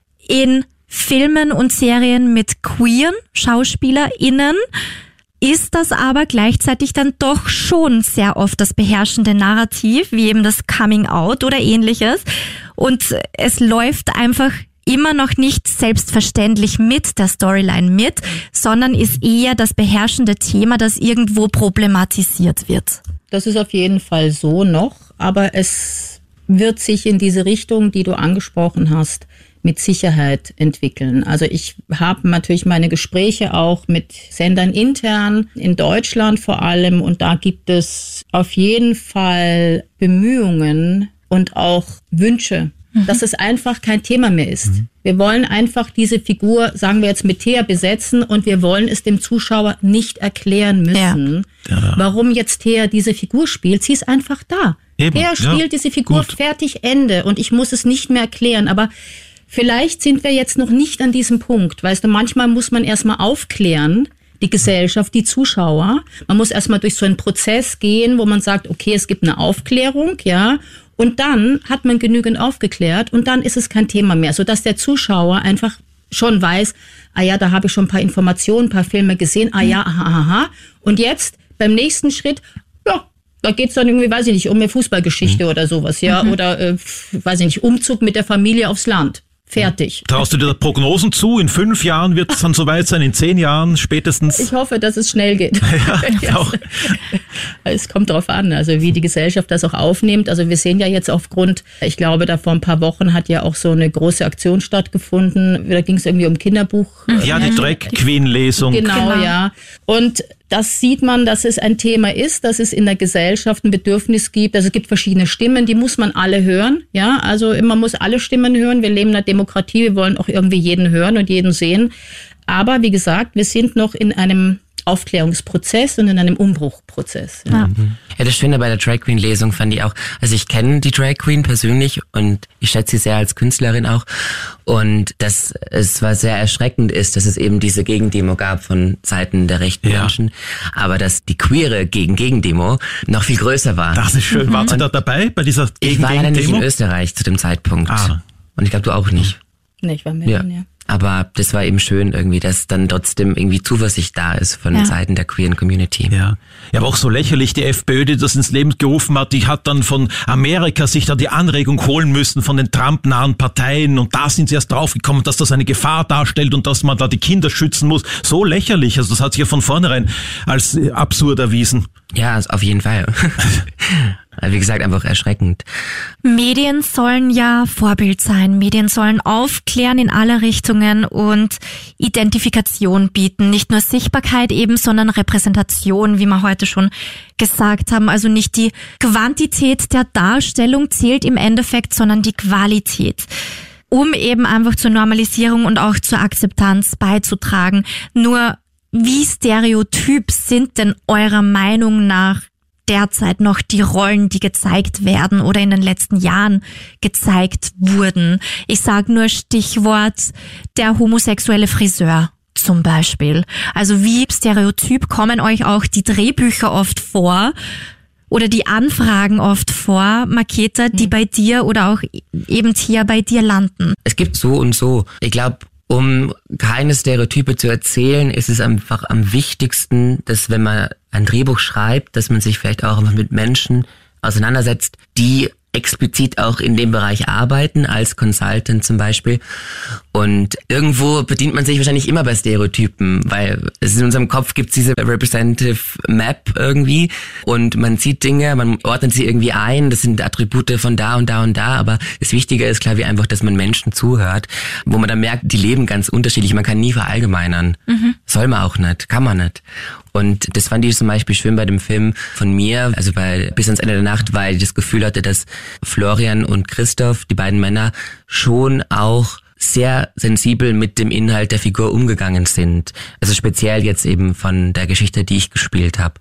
Speaker 3: In Filmen und Serien mit queeren SchauspielerInnen ist das aber gleichzeitig dann doch schon sehr oft das beherrschende Narrativ, wie eben das Coming Out oder ähnliches. Und es läuft einfach immer noch nicht selbstverständlich mit der Storyline mit, sondern ist eher das beherrschende Thema, das irgendwo problematisiert wird.
Speaker 1: Das ist auf jeden Fall so noch, aber es wird sich in diese Richtung, die du angesprochen hast, mit Sicherheit entwickeln. Also ich habe natürlich meine Gespräche auch mit Sendern intern, in Deutschland vor allem, und da gibt es auf jeden Fall Bemühungen und auch Wünsche, dass es einfach kein Thema mehr ist. Wir wollen einfach diese Figur, sagen wir jetzt mit Thea, besetzen und wir wollen es dem Zuschauer nicht erklären müssen, warum jetzt Thea diese Figur spielt. Sie ist einfach da. Thea spielt diese Figur, fertig, Ende, und ich muss es nicht mehr erklären, aber vielleicht sind wir jetzt noch nicht an diesem Punkt. Weißt du, manchmal muss man erstmal aufklären, die Gesellschaft, die Zuschauer. Man muss erstmal durch so einen Prozess gehen, wo man sagt, okay, es gibt eine Aufklärung, ja. Und dann hat man genügend aufgeklärt und dann ist es kein Thema mehr, sodass der Zuschauer einfach schon weiß, ah ja, da habe ich schon ein paar Informationen, ein paar Filme gesehen, ah ja, aha. Und jetzt beim nächsten Schritt, ja, da geht's dann irgendwie, weiß ich nicht, um eine Fußballgeschichte oder sowas, ja. Oder, weiß ich nicht, Umzug mit der Familie aufs Land. Fertig.
Speaker 4: Traust du dir da Prognosen zu? In 5 Jahren wird es dann soweit sein, in 10 Jahren spätestens?
Speaker 1: Ich hoffe, dass es schnell geht.
Speaker 4: Ja, auch.
Speaker 1: Es kommt darauf an, also wie die Gesellschaft das auch aufnimmt. Also wir sehen ja jetzt aufgrund, ich glaube, da vor ein paar Wochen hat ja auch so eine große Aktion stattgefunden. Da ging es irgendwie um Kinderbuch.
Speaker 4: Ja, die Drag Queen Lesung.
Speaker 1: Genau, ja. Und das sieht man, dass es ein Thema ist, dass es in der Gesellschaft ein Bedürfnis gibt. Also es gibt verschiedene Stimmen, die muss man alle hören. Ja, also man muss alle Stimmen hören. Wir leben in einer Demokratie, wir wollen auch irgendwie jeden hören und jeden sehen. Aber wie gesagt, wir sind noch in einem Aufklärungsprozess und in einem Umbruchprozess. Ja.
Speaker 5: Ja, das Schöne bei der Drag Queen Lesung fand ich auch, also ich kenne die Drag Queen persönlich und ich schätze sie sehr als Künstlerin auch, und dass es war sehr erschreckend ist, dass es eben diese Gegendemo gab von Seiten der rechten Menschen, aber dass die queere Gegendemo noch viel größer war.
Speaker 4: Das ist schön. Warst du da dabei bei dieser Gegendemo?
Speaker 5: Ich war leider nicht in Österreich zu dem Zeitpunkt. Und ich glaube, du auch nicht.
Speaker 1: Nee, ich war in Berlin, ja.
Speaker 5: Aber das war eben schön irgendwie, dass dann trotzdem irgendwie Zuversicht da ist von Seiten der queeren Community.
Speaker 4: Ja, aber auch so lächerlich, die FPÖ, die das ins Leben gerufen hat, die hat dann von Amerika sich da die Anregung holen müssen von den Trump-nahen Parteien, und da sind sie erst draufgekommen, dass das eine Gefahr darstellt und dass man da die Kinder schützen muss. So lächerlich, also das hat sich ja von vornherein als absurd erwiesen.
Speaker 5: Ja, auf jeden Fall. Wie gesagt, einfach erschreckend.
Speaker 3: Medien sollen ja Vorbild sein. Medien sollen aufklären in alle Richtungen und Identifikation bieten. Nicht nur Sichtbarkeit eben, sondern Repräsentation, wie wir heute schon gesagt haben. Also nicht die Quantität der Darstellung zählt im Endeffekt, sondern die Qualität. um eben einfach zur Normalisierung und auch zur Akzeptanz beizutragen. Nur wie stereotyp sind denn eurer Meinung nach derzeit noch die Rollen, die gezeigt werden oder in den letzten Jahren gezeigt wurden? Ich sage nur Stichwort der homosexuelle Friseur zum Beispiel. Also wie stereotyp kommen euch auch die Drehbücher oft vor oder die Anfragen oft vor, Maketa, die bei dir oder auch eben hier bei dir landen?
Speaker 5: Es gibt so und so. Ich glaube, um keine Stereotype zu erzählen, ist es einfach am wichtigsten, dass wenn man ein Drehbuch schreibt, dass man sich vielleicht auch mit Menschen auseinandersetzt, die explizit auch in dem Bereich arbeiten, als Consultant zum Beispiel. Und irgendwo bedient man sich wahrscheinlich immer bei Stereotypen, weil es in unserem Kopf gibt diese Representative Map irgendwie und man sieht Dinge, man ordnet sie irgendwie ein, das sind Attribute von da und da und da, aber das Wichtige ist, glaube ich, einfach, dass man Menschen zuhört, wo man dann merkt, die leben ganz unterschiedlich, man kann nie verallgemeinern. Soll man auch nicht, kann man nicht. Und das fand ich zum Beispiel schön bei dem Film von mir, also bei Bis ans Ende der Nacht, weil ich das Gefühl hatte, dass Florian und Christoph, die beiden Männer, schon auch sehr sensibel mit dem Inhalt der Figur umgegangen sind. Also speziell jetzt eben von der Geschichte, die ich gespielt habe.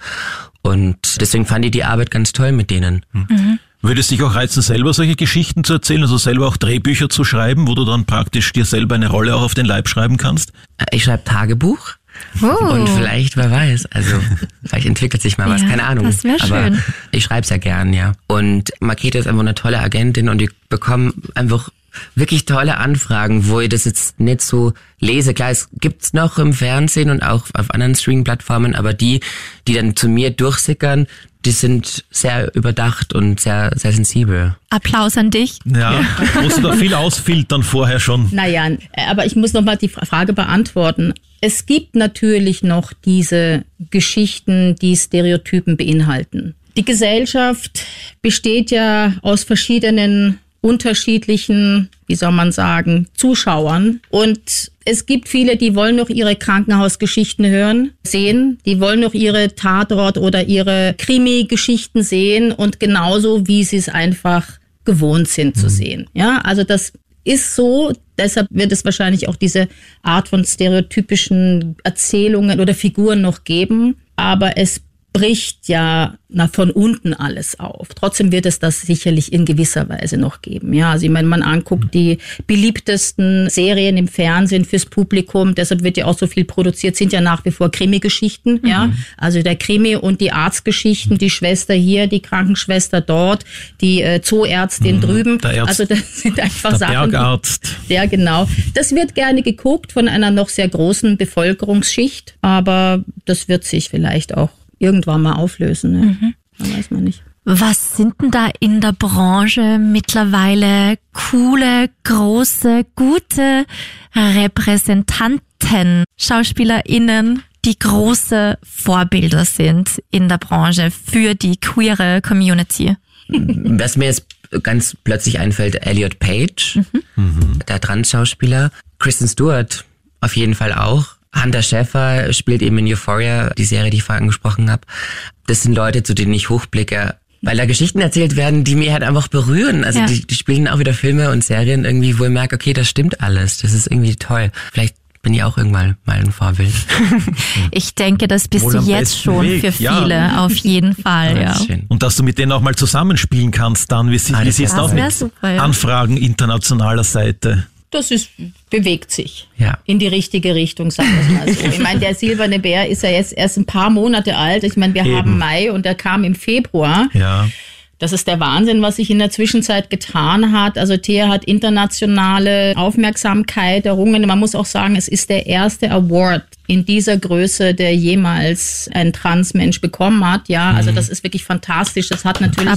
Speaker 5: Und deswegen fand ich die Arbeit ganz toll mit denen.
Speaker 4: Würde es dich auch reizen, selber solche Geschichten zu erzählen, also selber auch Drehbücher zu schreiben, wo du dann praktisch dir selber eine Rolle auch auf den Leib schreiben kannst?
Speaker 5: Ich schreibe Tagebuch. Und vielleicht, wer weiß, also vielleicht entwickelt sich mal was, keine Ahnung.
Speaker 3: Das wäre schön.
Speaker 5: Aber ich schreibe es ja gern, ja. Und Maketa ist einfach eine tolle Agentin und ich bekomme einfach wirklich tolle Anfragen, wo ich das jetzt nicht so lese. Klar, es gibt's noch im Fernsehen und auch auf anderen Streaming-Plattformen, aber die dann zu mir durchsickern, die sind sehr überdacht und sehr, sehr sensibel.
Speaker 3: Applaus an dich.
Speaker 4: Ja, musst du da viel ausfiltern vorher schon.
Speaker 1: Naja, aber ich muss nochmal die Frage beantworten. Es gibt natürlich noch diese Geschichten, die Stereotypen beinhalten. Die Gesellschaft besteht ja aus verschiedenen unterschiedlichen, wie soll man sagen, Zuschauern. Und es gibt viele, die wollen noch ihre Krankenhausgeschichten sehen. Die wollen noch ihre Tatort- oder ihre Krimi-Geschichten sehen und genauso, wie sie es einfach gewohnt sind zu sehen. Ja, also das ist so, deshalb wird es wahrscheinlich auch diese Art von stereotypischen Erzählungen oder Figuren noch geben. Aber es bricht ja von unten alles auf. Trotzdem wird es das sicherlich in gewisser Weise noch geben. Ja, also ich meine, man anguckt die beliebtesten Serien im Fernsehen fürs Publikum, deshalb wird ja auch so viel produziert, sind ja nach wie vor Krimi-Geschichten. Ja, also der Krimi und die Arztgeschichten, die Schwester hier, die Krankenschwester dort, die Zooärztin drüben. Also das sind einfach
Speaker 4: der
Speaker 1: Sachen.
Speaker 4: Bergarzt.
Speaker 1: Ja, genau. Das wird gerne geguckt von einer noch sehr großen Bevölkerungsschicht, aber das wird sich vielleicht auch irgendwann mal auflösen. Ne? Da weiß man nicht.
Speaker 3: Was sind denn da in der Branche mittlerweile coole, große, gute Repräsentanten, SchauspielerInnen, die große Vorbilder sind in der Branche für die queere Community?
Speaker 5: Was mir jetzt ganz plötzlich einfällt, Elliot Page, der Trans-Schauspieler. Kristen Stewart auf jeden Fall auch. Hunter Schafer spielt eben in Euphoria, die Serie, die ich vorher angesprochen habe. Das sind Leute, zu denen ich hochblicke, weil da Geschichten erzählt werden, die mir halt einfach berühren. Also die spielen auch wieder Filme und Serien irgendwie, wo ich merke, okay, das stimmt alles. Das ist irgendwie toll. Vielleicht bin ich auch irgendwann mal ein Vorbild.
Speaker 3: Ich denke, das bist du jetzt schon für viele, auf jeden Fall. Ja.
Speaker 4: Und dass du mit denen auch mal zusammenspielen kannst dann, wie siehst du auch mit Anfragen internationaler Seite?
Speaker 1: Das bewegt sich in die richtige Richtung, sagen wir es mal so. Ich meine, der silberne Bär ist ja jetzt erst ein paar Monate alt. Ich meine, wir haben Mai und der kam im Februar. Ja. Das ist der Wahnsinn, was sich in der Zwischenzeit getan hat. Also Thea hat internationale Aufmerksamkeit errungen. Man muss auch sagen, es ist der erste Award in dieser Größe, der jemals ein Transmensch bekommen hat. Ja, also das ist wirklich fantastisch. Das hat natürlich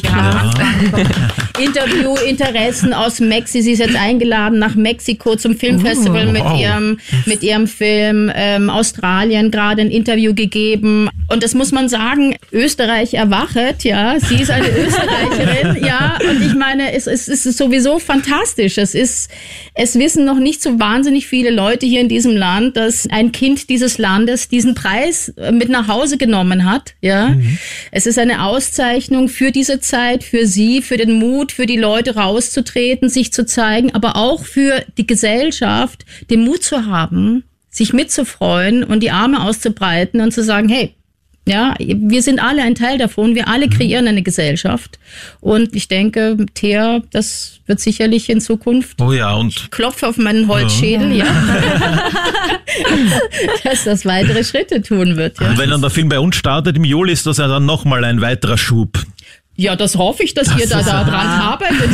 Speaker 1: Interview-Interessen aus Mexiko. Sie ist jetzt eingeladen nach Mexiko zum Filmfestival mit ihrem Film. Australien gerade ein Interview gegeben. Und das muss man sagen, Österreich erwachet. Ja, sie ist eine Österreicherin. Ja, und ich meine, es ist sowieso fantastisch. Es wissen noch nicht so wahnsinnig viele Leute hier in diesem Land, dass ein Kind dieser dieses Landes diesen Preis mit nach Hause genommen hat. Ja, es ist eine Auszeichnung für diese Zeit, für sie, für den Mut, für die Leute rauszutreten, sich zu zeigen, aber auch für die Gesellschaft, den Mut zu haben, sich mitzufreuen und die Arme auszubreiten und zu sagen, hey, ja, wir sind alle ein Teil davon, wir alle kreieren eine Gesellschaft. Und ich denke, Thea, das wird sicherlich in Zukunft, ich klopfe auf meinen Holzschädel, dass das weitere Schritte tun wird. Ja.
Speaker 4: Und wenn dann der Film bei uns startet im Juli, ist das ja dann nochmal ein weiterer Schub.
Speaker 1: Ja, das hoffe ich, dass ihr da dran arbeitet.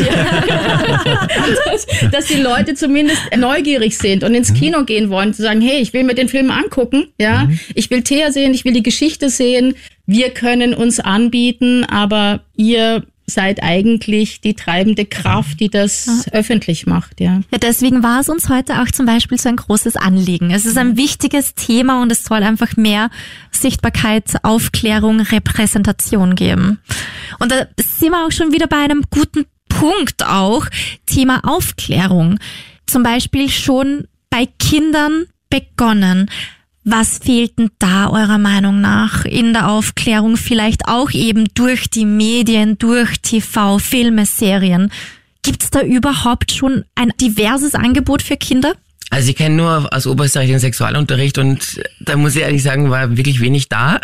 Speaker 1: dass die Leute zumindest neugierig sind und ins Kino gehen wollen, zu sagen, hey, ich will mir den Film angucken, ja, ich will Thea sehen, ich will die Geschichte sehen. Wir können uns anbieten, aber ihr seid eigentlich die treibende Kraft, die das öffentlich macht, ja.
Speaker 3: Ja, deswegen war es uns heute auch zum Beispiel so ein großes Anliegen. Es ist ein wichtiges Thema und es soll einfach mehr Sichtbarkeit, Aufklärung, Repräsentation geben. Und da sind wir auch schon wieder bei einem guten Punkt auch, Thema Aufklärung. Zum Beispiel schon bei Kindern begonnen. Was fehlt denn da eurer Meinung nach in der Aufklärung? Vielleicht auch eben durch die Medien, durch TV, Filme, Serien. Gibt es da überhaupt schon ein diverses Angebot für Kinder?
Speaker 5: Also ich kenne nur aus Oberösterreich den Sexualunterricht und da muss ich ehrlich sagen, war wirklich wenig da.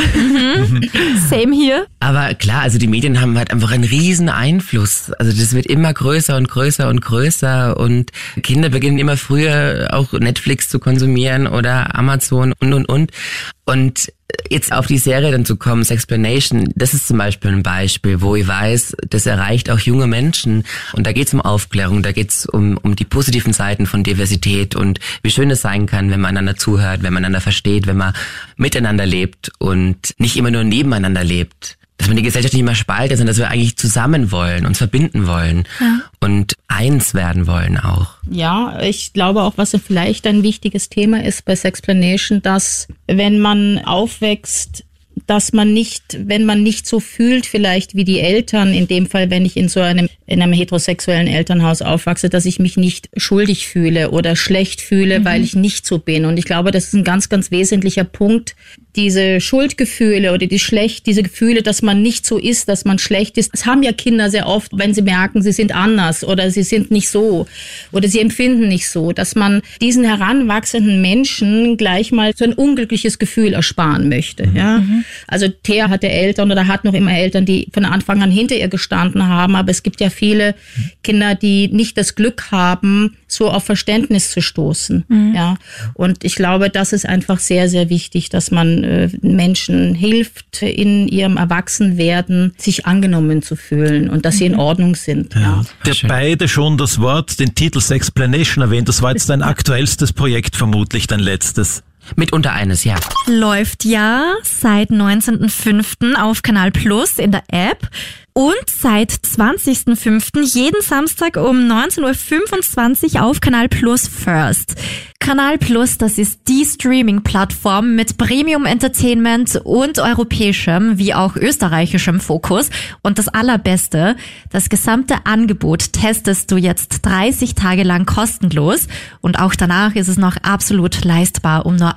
Speaker 3: Same hier.
Speaker 5: Aber klar, also die Medien haben halt einfach einen riesen Einfluss. Also das wird immer größer und größer und größer und Kinder beginnen immer früher auch Netflix zu konsumieren oder Amazon und. Und jetzt auf die Serie dann zu kommen, Sexplanation, das ist zum Beispiel ein Beispiel, wo ich weiß, das erreicht auch junge Menschen. Und da geht es um Aufklärung, da geht es um die positiven Seiten von Diversität und wie schön es sein kann, wenn man einander zuhört, wenn man einander versteht, wenn man miteinander lebt und nicht immer nur nebeneinander lebt. Dass man die Gesellschaft nicht mehr spaltet, sondern dass wir eigentlich zusammen wollen, uns verbinden wollen und eins werden wollen auch.
Speaker 1: Ja, ich glaube auch, was vielleicht ein wichtiges Thema ist bei Sexplanation, dass wenn man aufwächst, dass man nicht, wenn man nicht so fühlt vielleicht wie die Eltern, in dem Fall, wenn ich in einem heterosexuellen Elternhaus aufwachse, dass ich mich nicht schuldig fühle oder schlecht fühle, weil ich nicht so bin. Und ich glaube, das ist ein ganz, ganz wesentlicher Punkt. Diese Schuldgefühle oder diese Gefühle, dass man nicht so ist, dass man schlecht ist, das haben ja Kinder sehr oft, wenn sie merken, sie sind anders oder sie sind nicht so oder sie empfinden nicht so, dass man diesen heranwachsenden Menschen gleich mal so ein unglückliches Gefühl ersparen möchte. Ja? Also Thea hatte Eltern oder hat noch immer Eltern, die von Anfang an hinter ihr gestanden haben, aber es gibt ja viele Kinder, die nicht das Glück haben, so auf Verständnis zu stoßen. Ja? Und ich glaube, das ist einfach sehr, sehr wichtig, dass man Menschen hilft, in ihrem Erwachsenwerden sich angenommen zu fühlen und dass sie in Ordnung sind. Ja.
Speaker 4: Ihr habt beide schon das Wort, den Titel Sexplanation erwähnt. Das war jetzt dein aktuellstes Projekt, vermutlich dein letztes.
Speaker 5: Mitunter eines, ja.
Speaker 3: Läuft ja seit 19.05. auf Kanal Plus in der App und seit 20.05. jeden Samstag um 19.25 Uhr auf Kanal Plus First. Kanal Plus, das ist die Streaming-Plattform mit Premium-Entertainment und europäischem wie auch österreichischem Fokus. Und das Allerbeste, das gesamte Angebot testest du jetzt 30 Tage lang kostenlos und auch danach ist es noch absolut leistbar um nur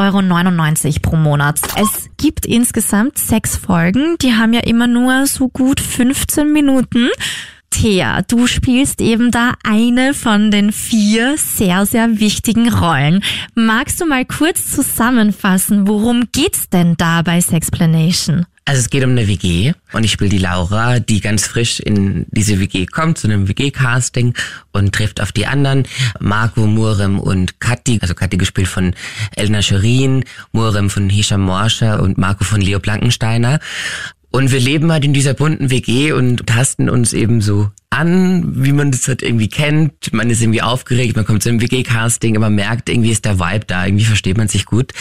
Speaker 3: 8,99 € pro Monat. Es gibt insgesamt 6 Folgen, die haben ja immer nur so gut 15 Minuten. Thea, du spielst eben da eine von den 4 sehr, sehr wichtigen Rollen. Magst du mal kurz zusammenfassen, worum geht's denn da bei Sexplanation?
Speaker 5: Also es geht um eine WG und ich spiele die Laura, die ganz frisch in diese WG kommt, zu einem WG-Casting und trifft auf die anderen, Marco, Murem und Kathi, also Kathi gespielt von Elna Scherin, Murem von Hisham Morscher und Marco von Leo Blankensteiner. Und wir leben halt in dieser bunten WG und tasten uns eben so an, wie man das halt irgendwie kennt. Man ist irgendwie aufgeregt, man kommt zu einem WG-Casting, aber man merkt, irgendwie ist der Vibe da, irgendwie versteht man sich gut.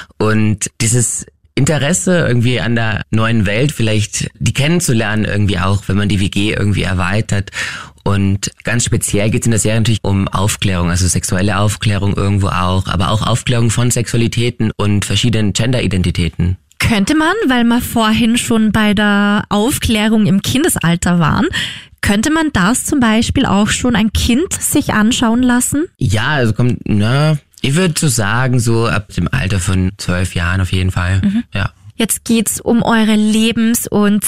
Speaker 5: Und dieses Interesse irgendwie an der neuen Welt, vielleicht die kennenzulernen irgendwie auch, wenn man die WG irgendwie erweitert. Und ganz speziell geht es in der Serie natürlich um Aufklärung, also sexuelle Aufklärung irgendwo auch, aber auch Aufklärung von Sexualitäten und verschiedenen Gender-Identitäten.
Speaker 3: Könnte man, weil wir vorhin schon bei der Aufklärung im Kindesalter waren, könnte man das zum Beispiel auch schon ein Kind sich anschauen lassen?
Speaker 5: Ja, also Ich würde so sagen, so ab dem Alter von 12 Jahren auf jeden Fall, ja.
Speaker 3: Jetzt geht's um eure Lebens- und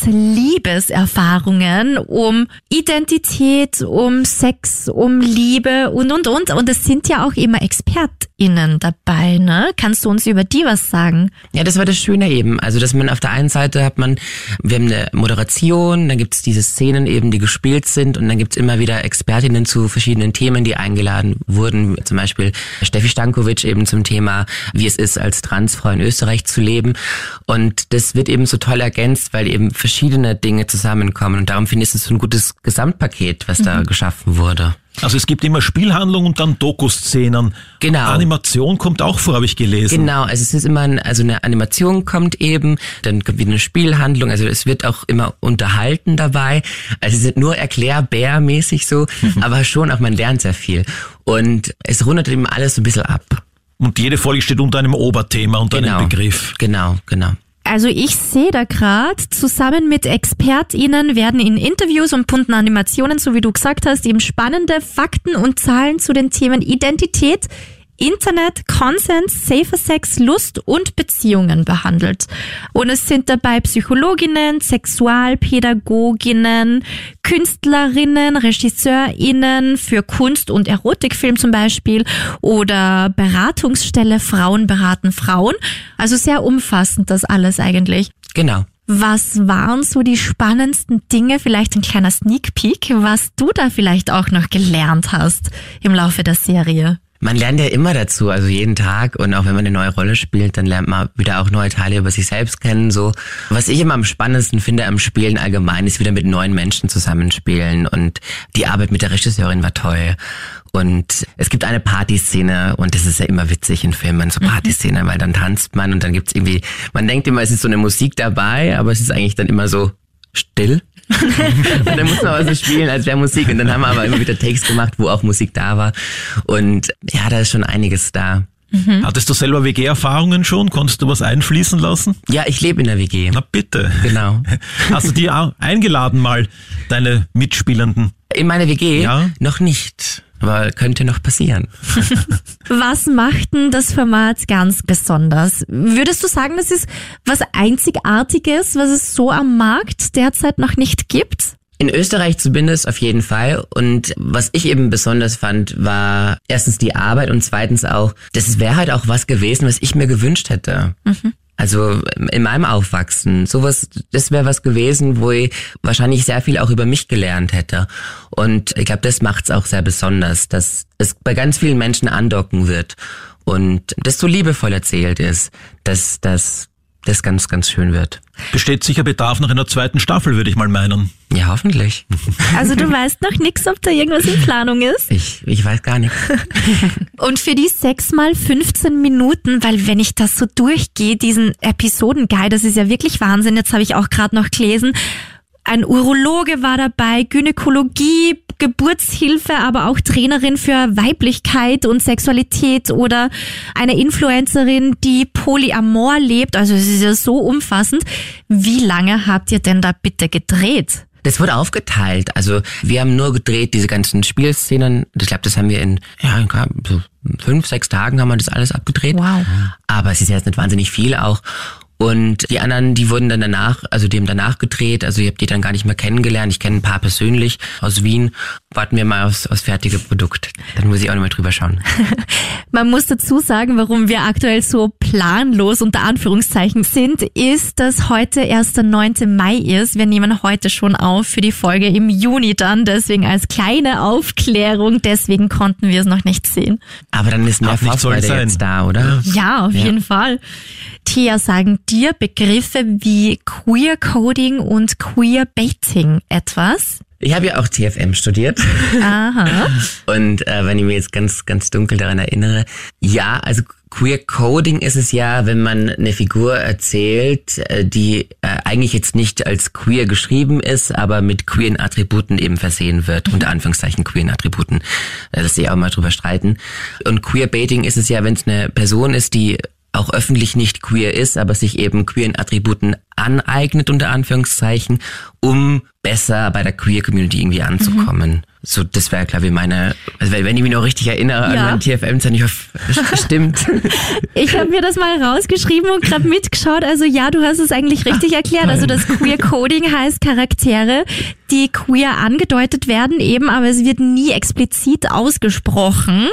Speaker 3: Liebeserfahrungen, um Identität, um Sex, um Liebe und. Und es sind ja auch immer ExpertInnen dabei, ne? Kannst du uns über die was sagen?
Speaker 5: Ja, das war das Schöne eben. Also, dass man auf der einen Seite wir haben eine Moderation, dann gibt's diese Szenen eben, die gespielt sind und dann gibt's immer wieder ExpertInnen zu verschiedenen Themen, die eingeladen wurden. Zum Beispiel Steffi Stankovic eben zum Thema, wie es ist, als Transfrau in Österreich zu leben. Und das wird eben so toll ergänzt, weil eben verschiedene Dinge zusammenkommen. Und darum finde ich es so ein gutes Gesamtpaket, was da geschaffen wurde.
Speaker 4: Also es gibt immer Spielhandlung und dann Dokuszenen.
Speaker 5: Genau.
Speaker 4: Animation kommt auch vor, habe ich gelesen.
Speaker 5: Genau, also es ist immer eine Animation kommt eben, dann kommt wieder eine Spielhandlung, also es wird auch immer unterhalten dabei. Also es ist nur erklärbärmäßig so, aber schon auch, man lernt sehr viel. Und es rundet eben alles so ein bisschen ab.
Speaker 4: Und jede Folge steht unter einem Oberthema, unter einem Begriff.
Speaker 5: Genau.
Speaker 3: Also ich sehe da gerade, zusammen mit ExpertInnen werden in Interviews und bunten Animationen, so wie du gesagt hast, eben spannende Fakten und Zahlen zu den Themen Identität, Internet, Konsens, safer Sex, Lust und Beziehungen behandelt. Und es sind dabei Psychologinnen, Sexualpädagoginnen, Künstlerinnen, RegisseurInnen für Kunst- und Erotikfilm zum Beispiel oder Beratungsstelle Frauen beraten Frauen. Also sehr umfassend das alles eigentlich.
Speaker 5: Genau.
Speaker 3: Was waren so die spannendsten Dinge, vielleicht ein kleiner Sneak Peek, was du da vielleicht auch noch gelernt hast im Laufe der Serie?
Speaker 5: Man lernt ja immer dazu, also jeden Tag, und auch wenn man eine neue Rolle spielt, dann lernt man wieder auch neue Teile über sich selbst kennen. So, was ich immer am spannendsten finde am Spielen allgemein, ist wieder mit neuen Menschen zusammenspielen, und die Arbeit mit der Regisseurin war toll. Und es gibt eine Partyszene, und das ist ja immer witzig in Filmen, so Partyszene, weil dann tanzt man und dann gibt's irgendwie, man denkt immer, es ist so eine Musik dabei, aber es ist eigentlich dann immer so still. Und dann muss man aber so spielen, als wäre Musik. Und dann haben wir aber immer wieder Takes gemacht, wo auch Musik da war. Und ja, da ist schon einiges da.
Speaker 4: Hattest du selber WG-Erfahrungen schon? Konntest du was einfließen lassen?
Speaker 5: Ja, ich lebe in der WG.
Speaker 4: Na bitte.
Speaker 5: Genau.
Speaker 4: Hast du die auch eingeladen mal, deine Mitspielenden?
Speaker 5: In meine WG?
Speaker 4: Ja.
Speaker 5: Noch nicht. Aber könnte noch passieren.
Speaker 3: Was macht denn das Format ganz besonders? Würdest du sagen, das ist was Einzigartiges, was es so am Markt derzeit noch nicht gibt?
Speaker 5: In Österreich zumindest auf jeden Fall. Und was ich eben besonders fand, war erstens die Arbeit und zweitens auch, das wäre halt auch was gewesen, was ich mir gewünscht hätte. Also in meinem Aufwachsen, sowas, das wäre was gewesen, wo ich wahrscheinlich sehr viel auch über mich gelernt hätte. Und ich glaube, das macht's auch sehr besonders, dass es bei ganz vielen Menschen andocken wird und das so liebevoll erzählt ist, dass das ganz, ganz schön wird.
Speaker 4: Besteht sicher Bedarf nach einer zweiten Staffel, würde ich mal meinen.
Speaker 5: Ja, hoffentlich.
Speaker 3: Also du weißt noch nichts, ob da irgendwas in Planung ist?
Speaker 5: Ich weiß gar nichts.
Speaker 3: Und für die 6x15 Minuten, weil wenn ich das so durchgehe, diesen Episodenguide, das ist ja wirklich Wahnsinn, jetzt habe ich auch gerade noch gelesen, ein Urologe war dabei, Gynäkologie, Geburtshilfe, aber auch Trainerin für Weiblichkeit und Sexualität oder eine Influencerin, die polyamor lebt. Also es ist ja so umfassend. Wie lange habt ihr denn da bitte gedreht?
Speaker 5: Das wurde aufgeteilt. Also wir haben nur gedreht, diese ganzen Spielszenen. Ich glaube, das haben wir in so 5-6 Tagen haben wir das alles abgedreht.
Speaker 3: Wow.
Speaker 5: Aber es ist ja jetzt nicht wahnsinnig viel auch. Und die anderen, die wurden dann danach, also die haben danach gedreht, also ich habe die dann gar nicht mehr kennengelernt. Ich kenne ein paar persönlich aus Wien. Warten wir mal aufs fertige Produkt. Dann muss ich auch noch mal drüber schauen.
Speaker 3: Man muss dazu sagen, warum wir aktuell so planlos unter Anführungszeichen sind, ist, dass heute erst der 9. Mai ist. Wir nehmen heute schon auf für die Folge im Juni dann. Deswegen als kleine Aufklärung, deswegen konnten wir es noch nicht sehen.
Speaker 5: Aber dann ist mehr Vorfreude jetzt da, oder?
Speaker 3: Ja, auf jeden Fall. Thea, sagen dir Begriffe wie Queer Coding und Queer Baiting etwas?
Speaker 5: Ich habe ja auch TFM studiert.
Speaker 3: Aha.
Speaker 5: Und wenn ich mir jetzt ganz, ganz dunkel daran erinnere, ja, also Queer Coding ist es ja, wenn man eine Figur erzählt, die eigentlich jetzt nicht als queer geschrieben ist, aber mit queeren Attributen eben versehen wird, unter Anführungszeichen queeren Attributen. Das sehe ich auch mal drüber streiten. Und Queerbaiting ist es ja, wenn es eine Person ist, die auch öffentlich nicht queer ist, aber sich eben queeren Attributen aneignet, unter Anführungszeichen, um besser bei der Queer Community irgendwie anzukommen. So, das wäre, glaube ich, also wenn ich mich noch richtig erinnere an meinen TFM-Zeit, ich hoffe, das stimmt.
Speaker 3: Ich habe mir das mal rausgeschrieben und gerade mitgeschaut. Also ja, du hast es eigentlich richtig erklärt. Also das Queer Coding heißt Charaktere, die queer angedeutet werden eben, aber es wird nie explizit ausgesprochen.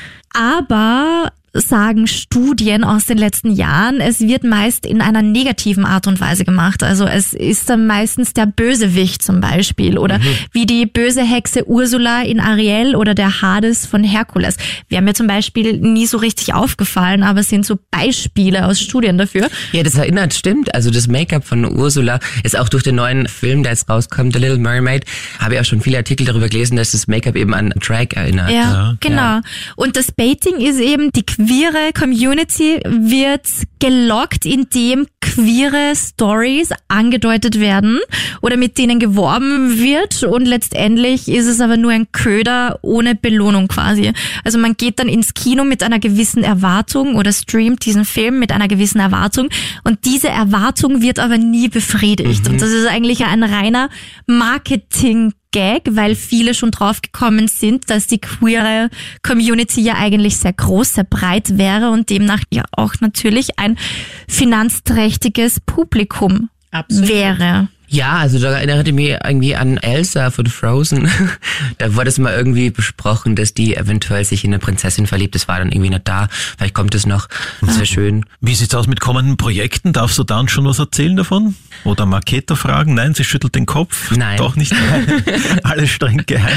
Speaker 3: Aber sagen Studien aus den letzten Jahren, es wird meist in einer negativen Art und Weise gemacht. Also es ist dann meistens der Bösewicht zum Beispiel oder wie die böse Hexe Ursula in Ariel oder der Hades von Herkules. Wäre mir zum Beispiel nie so richtig aufgefallen, aber es sind so Beispiele aus Studien dafür.
Speaker 5: Ja, das erinnert, stimmt. Also das Make-up von Ursula ist auch durch den neuen Film, der jetzt rauskommt, The Little Mermaid, habe ich auch schon viele Artikel darüber gelesen, dass das Make-up eben an Drag erinnert.
Speaker 3: Ja, genau. Ja. Und das Baiting ist eben, die queere Community wird gelockt, indem queere Stories angedeutet werden oder mit denen geworben wird und letztendlich ist es aber nur ein Köder ohne Belohnung quasi. Also man geht dann ins Kino mit einer gewissen Erwartung oder streamt diesen Film mit einer gewissen Erwartung und diese Erwartung wird aber nie befriedigt. Und das ist eigentlich ein reiner Marketing-Gag, weil viele schon drauf gekommen sind, dass die queere Community ja eigentlich sehr groß, sehr breit wäre und demnach ja auch natürlich ein finanzträchtiges Publikum wäre.
Speaker 5: Ja, also da erinnert ich mich irgendwie an Elsa von Frozen. Da wurde es mal irgendwie besprochen, dass die eventuell sich in eine Prinzessin verliebt. Das war dann irgendwie nicht da. Vielleicht kommt es noch. Das wäre schön.
Speaker 4: Wie sieht's aus mit kommenden Projekten? Darfst du dann schon was erzählen davon? Oder Marketa fragen? Nein, sie schüttelt den Kopf.
Speaker 5: Nein.
Speaker 4: Doch nicht. Alles streng geheim.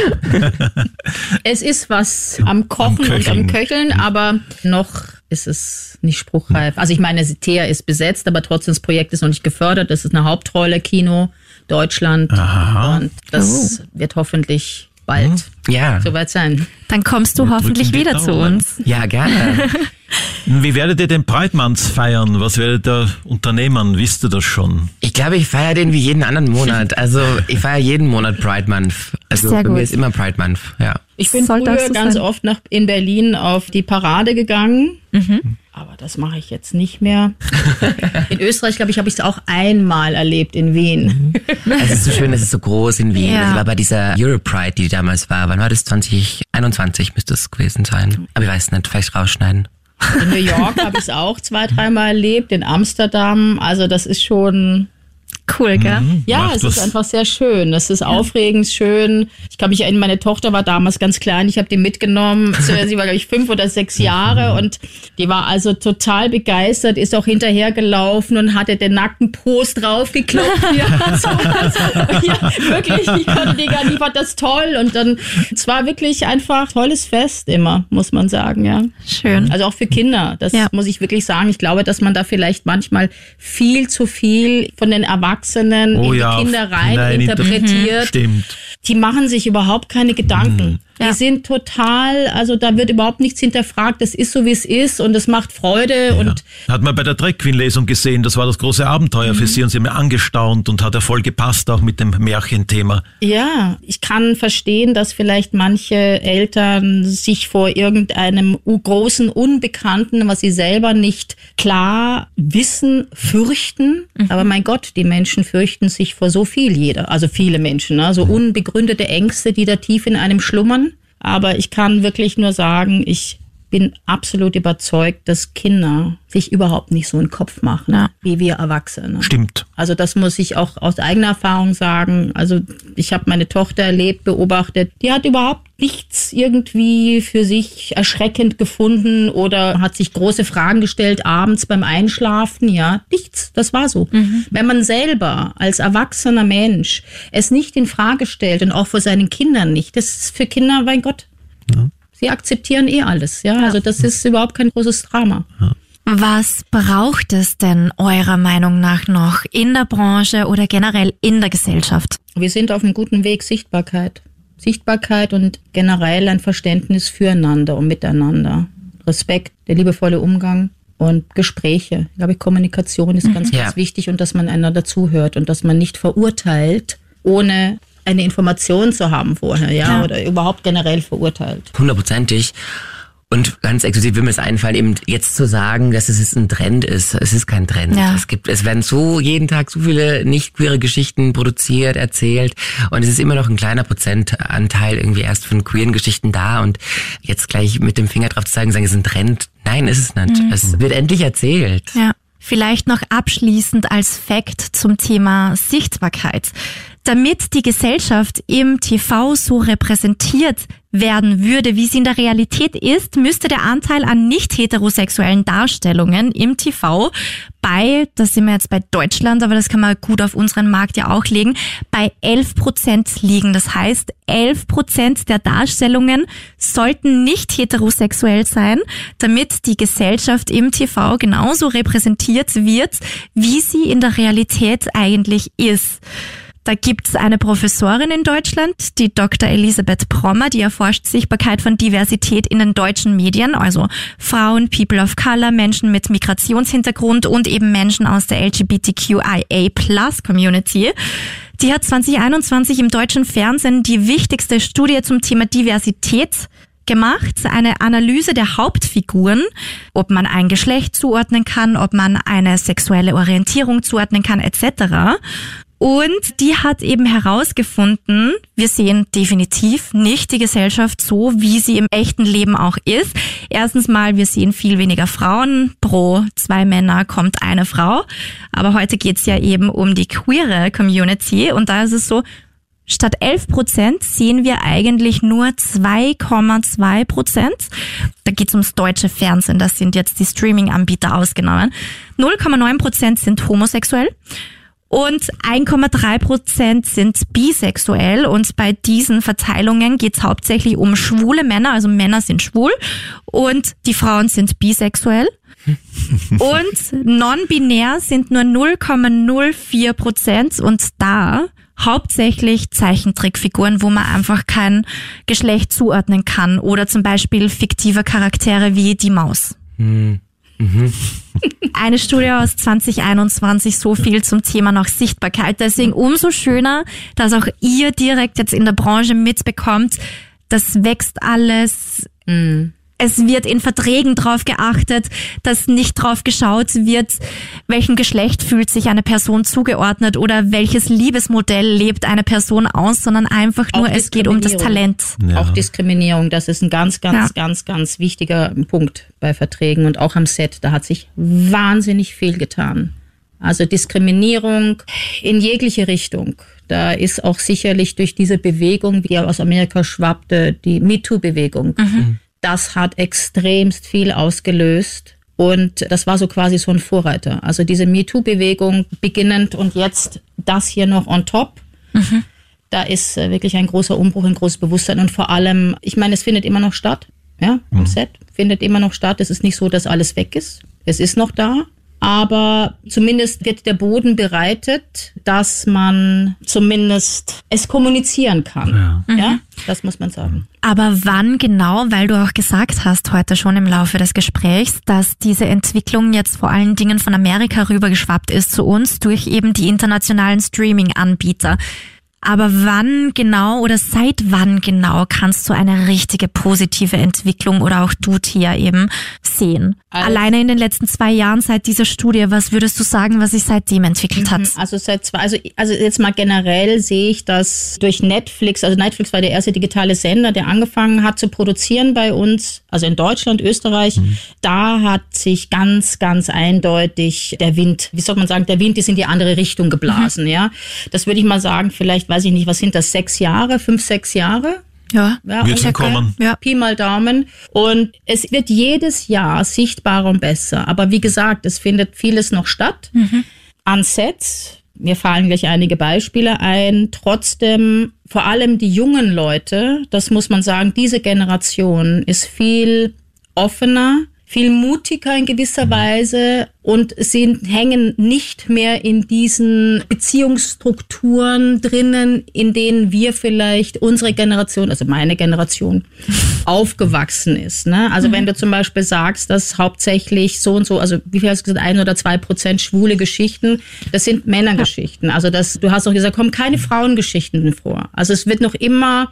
Speaker 1: Es ist was am Kochen und am Köcheln, aber noch ist es nicht spruchreif. Also ich meine, Thea ist besetzt, aber trotzdem das Projekt ist noch nicht gefördert. Das ist eine Hauptrolle, Kino, Deutschland. Aha. Und das wird hoffentlich bald soweit sein.
Speaker 3: Dann kommst du hoffentlich wieder zu uns.
Speaker 5: Ja, gerne.
Speaker 4: Wie werdet ihr den Pride Month feiern? Was werdet ihr unternehmen? Wisst ihr das schon?
Speaker 5: Ich glaube, ich feiere den wie jeden anderen Monat. Also ich feiere jeden Monat Pride Month. Also bei mir ist immer Pride Month, ja.
Speaker 1: Ich bin früher ganz oft in Berlin auf die Parade gegangen. Aber das mache ich jetzt nicht mehr. In Österreich, glaube ich, habe ich es auch einmal erlebt in Wien.
Speaker 5: Es ist so schön, es ist so groß in Wien. Das war bei dieser Europride, die damals war. Wann war das? 2021 müsste es gewesen sein. Aber ich weiß nicht, vielleicht rausschneiden.
Speaker 1: In New York habe ich es auch 2-3 Mal erlebt, in Amsterdam. Also das ist schon
Speaker 3: cool, gell?
Speaker 1: Ja, es ist einfach sehr schön. Es ist aufregend, schön. Ich kann mich erinnern, meine Tochter war damals ganz klein. Ich habe die mitgenommen. Sie war, glaube ich, 5 oder 6 Jahre und die war also total begeistert, ist auch hinterhergelaufen und hatte den nackten Post draufgeklopft. Wirklich, ich konnte die gar nicht, fand das toll. Und dann, es war wirklich einfach ein tolles Fest immer, muss man sagen, ja.
Speaker 3: Schön.
Speaker 1: Also auch für Kinder, das muss ich wirklich sagen. Ich glaube, dass man da vielleicht manchmal viel zu viel von den Erwachsenen in die Kinder rein interpretiert.
Speaker 4: Stimmt.
Speaker 1: Die machen sich überhaupt keine Gedanken. Die sind total, also da wird überhaupt nichts hinterfragt. Das ist so, wie es ist und es macht Freude. Ja. Und
Speaker 4: hat man bei der Drag Queen Lesung gesehen, das war das große Abenteuer für sie und sie haben angestaunt und hat ja voll gepasst auch mit dem Märchenthema.
Speaker 1: Ja, ich kann verstehen, dass vielleicht manche Eltern sich vor irgendeinem großen Unbekannten, was sie selber nicht klar wissen, fürchten. Aber mein Gott, die Menschen fürchten sich vor so viel, also viele Menschen, ne? So unbegründete Ängste, die da tief in einem schlummern. Aber ich kann wirklich nur sagen, ich bin absolut überzeugt, dass Kinder sich überhaupt nicht so einen Kopf machen, wie wir Erwachsene.
Speaker 4: Stimmt.
Speaker 1: Also das muss ich auch aus eigener Erfahrung sagen. Also ich habe meine Tochter erlebt, beobachtet. Die hat überhaupt nichts irgendwie für sich erschreckend gefunden oder hat sich große Fragen gestellt abends beim Einschlafen. Ja, nichts. Das war so. Wenn man selber als erwachsener Mensch es nicht in Frage stellt und auch vor seinen Kindern nicht, das ist für Kinder, mein Gott, sie akzeptieren alles. Ja, also das ist überhaupt kein großes Drama.
Speaker 3: Was braucht es denn eurer Meinung nach noch in der Branche oder generell in der Gesellschaft?
Speaker 1: Wir sind auf einem guten Weg, Sichtbarkeit. Sichtbarkeit und generell ein Verständnis füreinander und miteinander. Respekt, der liebevolle Umgang und Gespräche. Ich glaube, Kommunikation ist ganz wichtig und dass man einander zuhört und dass man nicht verurteilt, ohne eine Information zu haben vorher, oder überhaupt generell verurteilt.
Speaker 5: 100%. Und ganz exklusiv will mir es einfallen, eben jetzt zu sagen, dass es jetzt ein Trend ist. Es ist kein Trend.
Speaker 3: Ja.
Speaker 5: Es werden jeden Tag so viele nicht queere Geschichten produziert, erzählt. Und es ist immer noch ein kleiner Prozentanteil irgendwie erst von queeren Geschichten da. Und jetzt gleich mit dem Finger drauf zu zeigen, es ist ein Trend. Nein, ist es nicht. Es wird endlich erzählt.
Speaker 3: Ja. Vielleicht noch abschließend als Fakt zum Thema Sichtbarkeit. Damit die Gesellschaft im TV so repräsentiert werden würde, wie sie in der Realität ist, müsste der Anteil an nicht heterosexuellen Darstellungen im TV da sind wir jetzt bei Deutschland, aber das kann man gut auf unseren Markt ja auch legen, bei 11% liegen. Das heißt, 11% der Darstellungen sollten nicht heterosexuell sein, damit die Gesellschaft im TV genauso repräsentiert wird, wie sie in der Realität eigentlich ist. Da gibt's eine Professorin in Deutschland, die Dr. Elisabeth Prommer, die erforscht Sichtbarkeit von Diversität in den deutschen Medien, also Frauen, People of Color, Menschen mit Migrationshintergrund und eben Menschen aus der LGBTQIA+-Community. Die hat 2021 im deutschen Fernsehen die wichtigste Studie zum Thema Diversität gemacht, eine Analyse der Hauptfiguren, ob man ein Geschlecht zuordnen kann, ob man eine sexuelle Orientierung zuordnen kann, etc. Und die hat eben herausgefunden, wir sehen definitiv nicht die Gesellschaft so, wie sie im echten Leben auch ist. Erstens mal, wir sehen viel weniger Frauen. Pro 2 Männer kommt eine Frau. Aber heute geht's ja eben um die queere Community. Und da ist es so, statt 11% sehen wir eigentlich nur 2,2%. Da geht's ums deutsche Fernsehen. Das sind jetzt die Streaming-Anbieter ausgenommen. 0,9% sind homosexuell. Und 1,3% sind bisexuell und bei diesen Verteilungen geht es hauptsächlich um schwule Männer, also Männer sind schwul und die Frauen sind bisexuell. Und non-binär sind nur 0,04% und da hauptsächlich Zeichentrickfiguren, wo man einfach kein Geschlecht zuordnen kann oder zum Beispiel fiktive Charaktere wie die Maus. Eine Studie aus 2021, so viel zum Thema noch Sichtbarkeit. Deswegen umso schöner, dass auch ihr direkt jetzt in der Branche mitbekommt, das wächst alles. Es wird in Verträgen drauf geachtet, dass nicht drauf geschaut wird, welchem Geschlecht fühlt sich eine Person zugeordnet oder welches Liebesmodell lebt eine Person aus, sondern einfach nur, es geht um das Talent.
Speaker 1: Ja. Auch Diskriminierung, das ist ein ganz wichtiger Punkt bei Verträgen und auch am Set. Da hat sich wahnsinnig viel getan. Also Diskriminierung in jegliche Richtung. Da ist auch sicherlich durch diese Bewegung, die aus Amerika schwappte, die MeToo-Bewegung. Das hat extremst viel ausgelöst und das war so quasi so ein Vorreiter. Also diese MeToo-Bewegung beginnend und jetzt das hier noch on top. Da ist wirklich ein großer Umbruch, ein großes Bewusstsein und vor allem, ich meine, es findet immer noch statt, ja, im Set findet immer noch statt. Es ist nicht so, dass alles weg ist. Es ist noch da. Aber zumindest wird der Boden bereitet, dass man zumindest es kommunizieren kann. Ja, das muss man sagen.
Speaker 3: Aber wann genau, weil du auch gesagt hast heute schon im Laufe des Gesprächs, dass diese Entwicklung jetzt vor allen Dingen von Amerika rübergeschwappt ist zu uns durch eben die internationalen Streaming-Anbieter. Aber wann genau oder seit wann genau kannst du eine richtige positive Entwicklung oder auch du, Tia, eben sehen? Alleine in den letzten 2 Jahren seit dieser Studie, was würdest du sagen, was sich seitdem entwickelt hat?
Speaker 1: Also jetzt mal generell sehe ich das durch Netflix. Also Netflix war der erste digitale Sender, der angefangen hat zu produzieren bei uns, also in Deutschland, Österreich. Da hat sich ganz, ganz eindeutig der Wind, wie soll man sagen, der Wind ist in die andere Richtung geblasen. Ja, das würde ich mal sagen, vielleicht, weiß ich nicht, was sind das, 6 Jahre, 5, 6 Jahre?
Speaker 3: Ja,
Speaker 4: wird hinkommen.
Speaker 3: Ja.
Speaker 1: Pi mal Daumen. Und es wird jedes Jahr sichtbarer und besser. Aber wie gesagt, es findet vieles noch statt. An Sets, mir fallen gleich einige Beispiele ein. Trotzdem, vor allem die jungen Leute, das muss man sagen, diese Generation ist viel offener, viel mutiger in gewisser Weise und hängen nicht mehr in diesen Beziehungsstrukturen drinnen, in denen wir vielleicht unsere Generation, also meine Generation, aufgewachsen ist. Ne? Also wenn du zum Beispiel sagst, dass hauptsächlich so und so, also wie viel hast du gesagt, 1 oder 2% schwule Geschichten, das sind Männergeschichten. Also du hast auch gesagt, kommen keine Frauengeschichten vor. Also es wird noch immer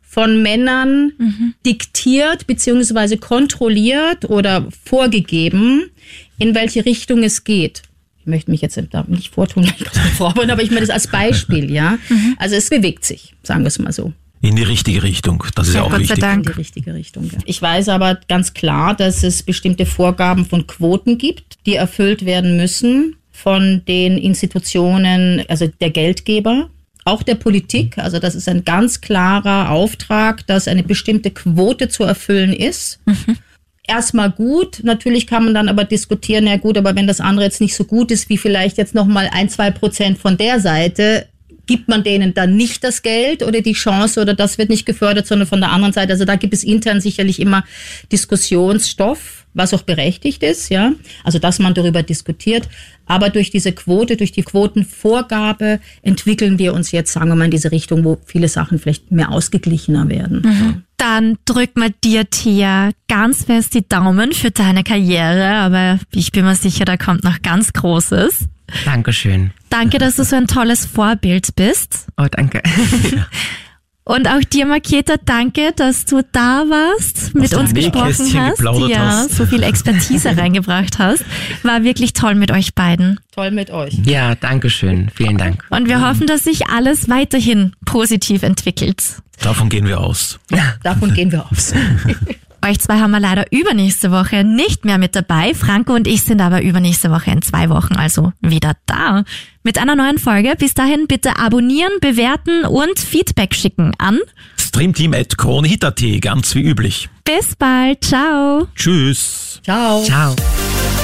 Speaker 1: von Männern diktiert bzw. kontrolliert oder vorgegeben, in welche Richtung es geht. Ich möchte mich jetzt da nicht vortun, aber ich meine das als Beispiel, ja. Also es bewegt sich, sagen wir es mal so.
Speaker 4: In die richtige Richtung, das ist ja auch
Speaker 3: Gott sei
Speaker 4: wichtig.
Speaker 3: Dank.
Speaker 1: In die richtige Richtung, ja. Ich weiß aber ganz klar, dass es bestimmte Vorgaben von Quoten gibt, die erfüllt werden müssen von den Institutionen, also der Geldgeber, auch der Politik. Also das ist ein ganz klarer Auftrag, dass eine bestimmte Quote zu erfüllen ist. Erstmal gut, natürlich kann man dann aber diskutieren, ja gut, aber wenn das andere jetzt nicht so gut ist, wie vielleicht jetzt nochmal 1-2% von der Seite, gibt man denen dann nicht das Geld oder die Chance oder das wird nicht gefördert, sondern von der anderen Seite. Also da gibt es intern sicherlich immer Diskussionsstoff, was auch berechtigt ist, ja. Also dass man darüber diskutiert. Aber durch diese Quote, durch die Quotenvorgabe entwickeln wir uns jetzt, sagen wir mal, in diese Richtung, wo viele Sachen vielleicht mehr ausgeglichener werden.
Speaker 3: Dann drück mal dir, Thea, ganz fest die Daumen für deine Karriere, aber ich bin mir sicher, da kommt noch ganz Großes.
Speaker 5: Dankeschön.
Speaker 3: Danke, dass du so ein tolles Vorbild bist.
Speaker 5: Oh, danke.
Speaker 3: Und auch dir, Maketa, danke, dass du da warst, mit uns gesprochen hast, so viel Expertise reingebracht hast. War wirklich toll mit euch beiden.
Speaker 1: Toll mit euch.
Speaker 5: Ja, dankeschön. Vielen Dank.
Speaker 3: Und wir hoffen, dass sich alles weiterhin positiv entwickelt.
Speaker 4: Davon gehen wir aus.
Speaker 1: Davon gehen wir aus.
Speaker 3: Euch zwei haben wir leider übernächste Woche nicht mehr mit dabei. Franco und ich sind aber übernächste Woche in 2 Wochen also wieder da. Mit einer neuen Folge. Bis dahin bitte abonnieren, bewerten und Feedback schicken an
Speaker 4: streamteam@kronehit.at, ganz wie üblich.
Speaker 3: Bis bald. Ciao.
Speaker 4: Tschüss.
Speaker 1: Ciao.
Speaker 5: Ciao.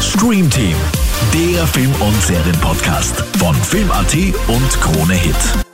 Speaker 2: Streamteam, der Film- und Serienpodcast von Film.at und Krone Hit.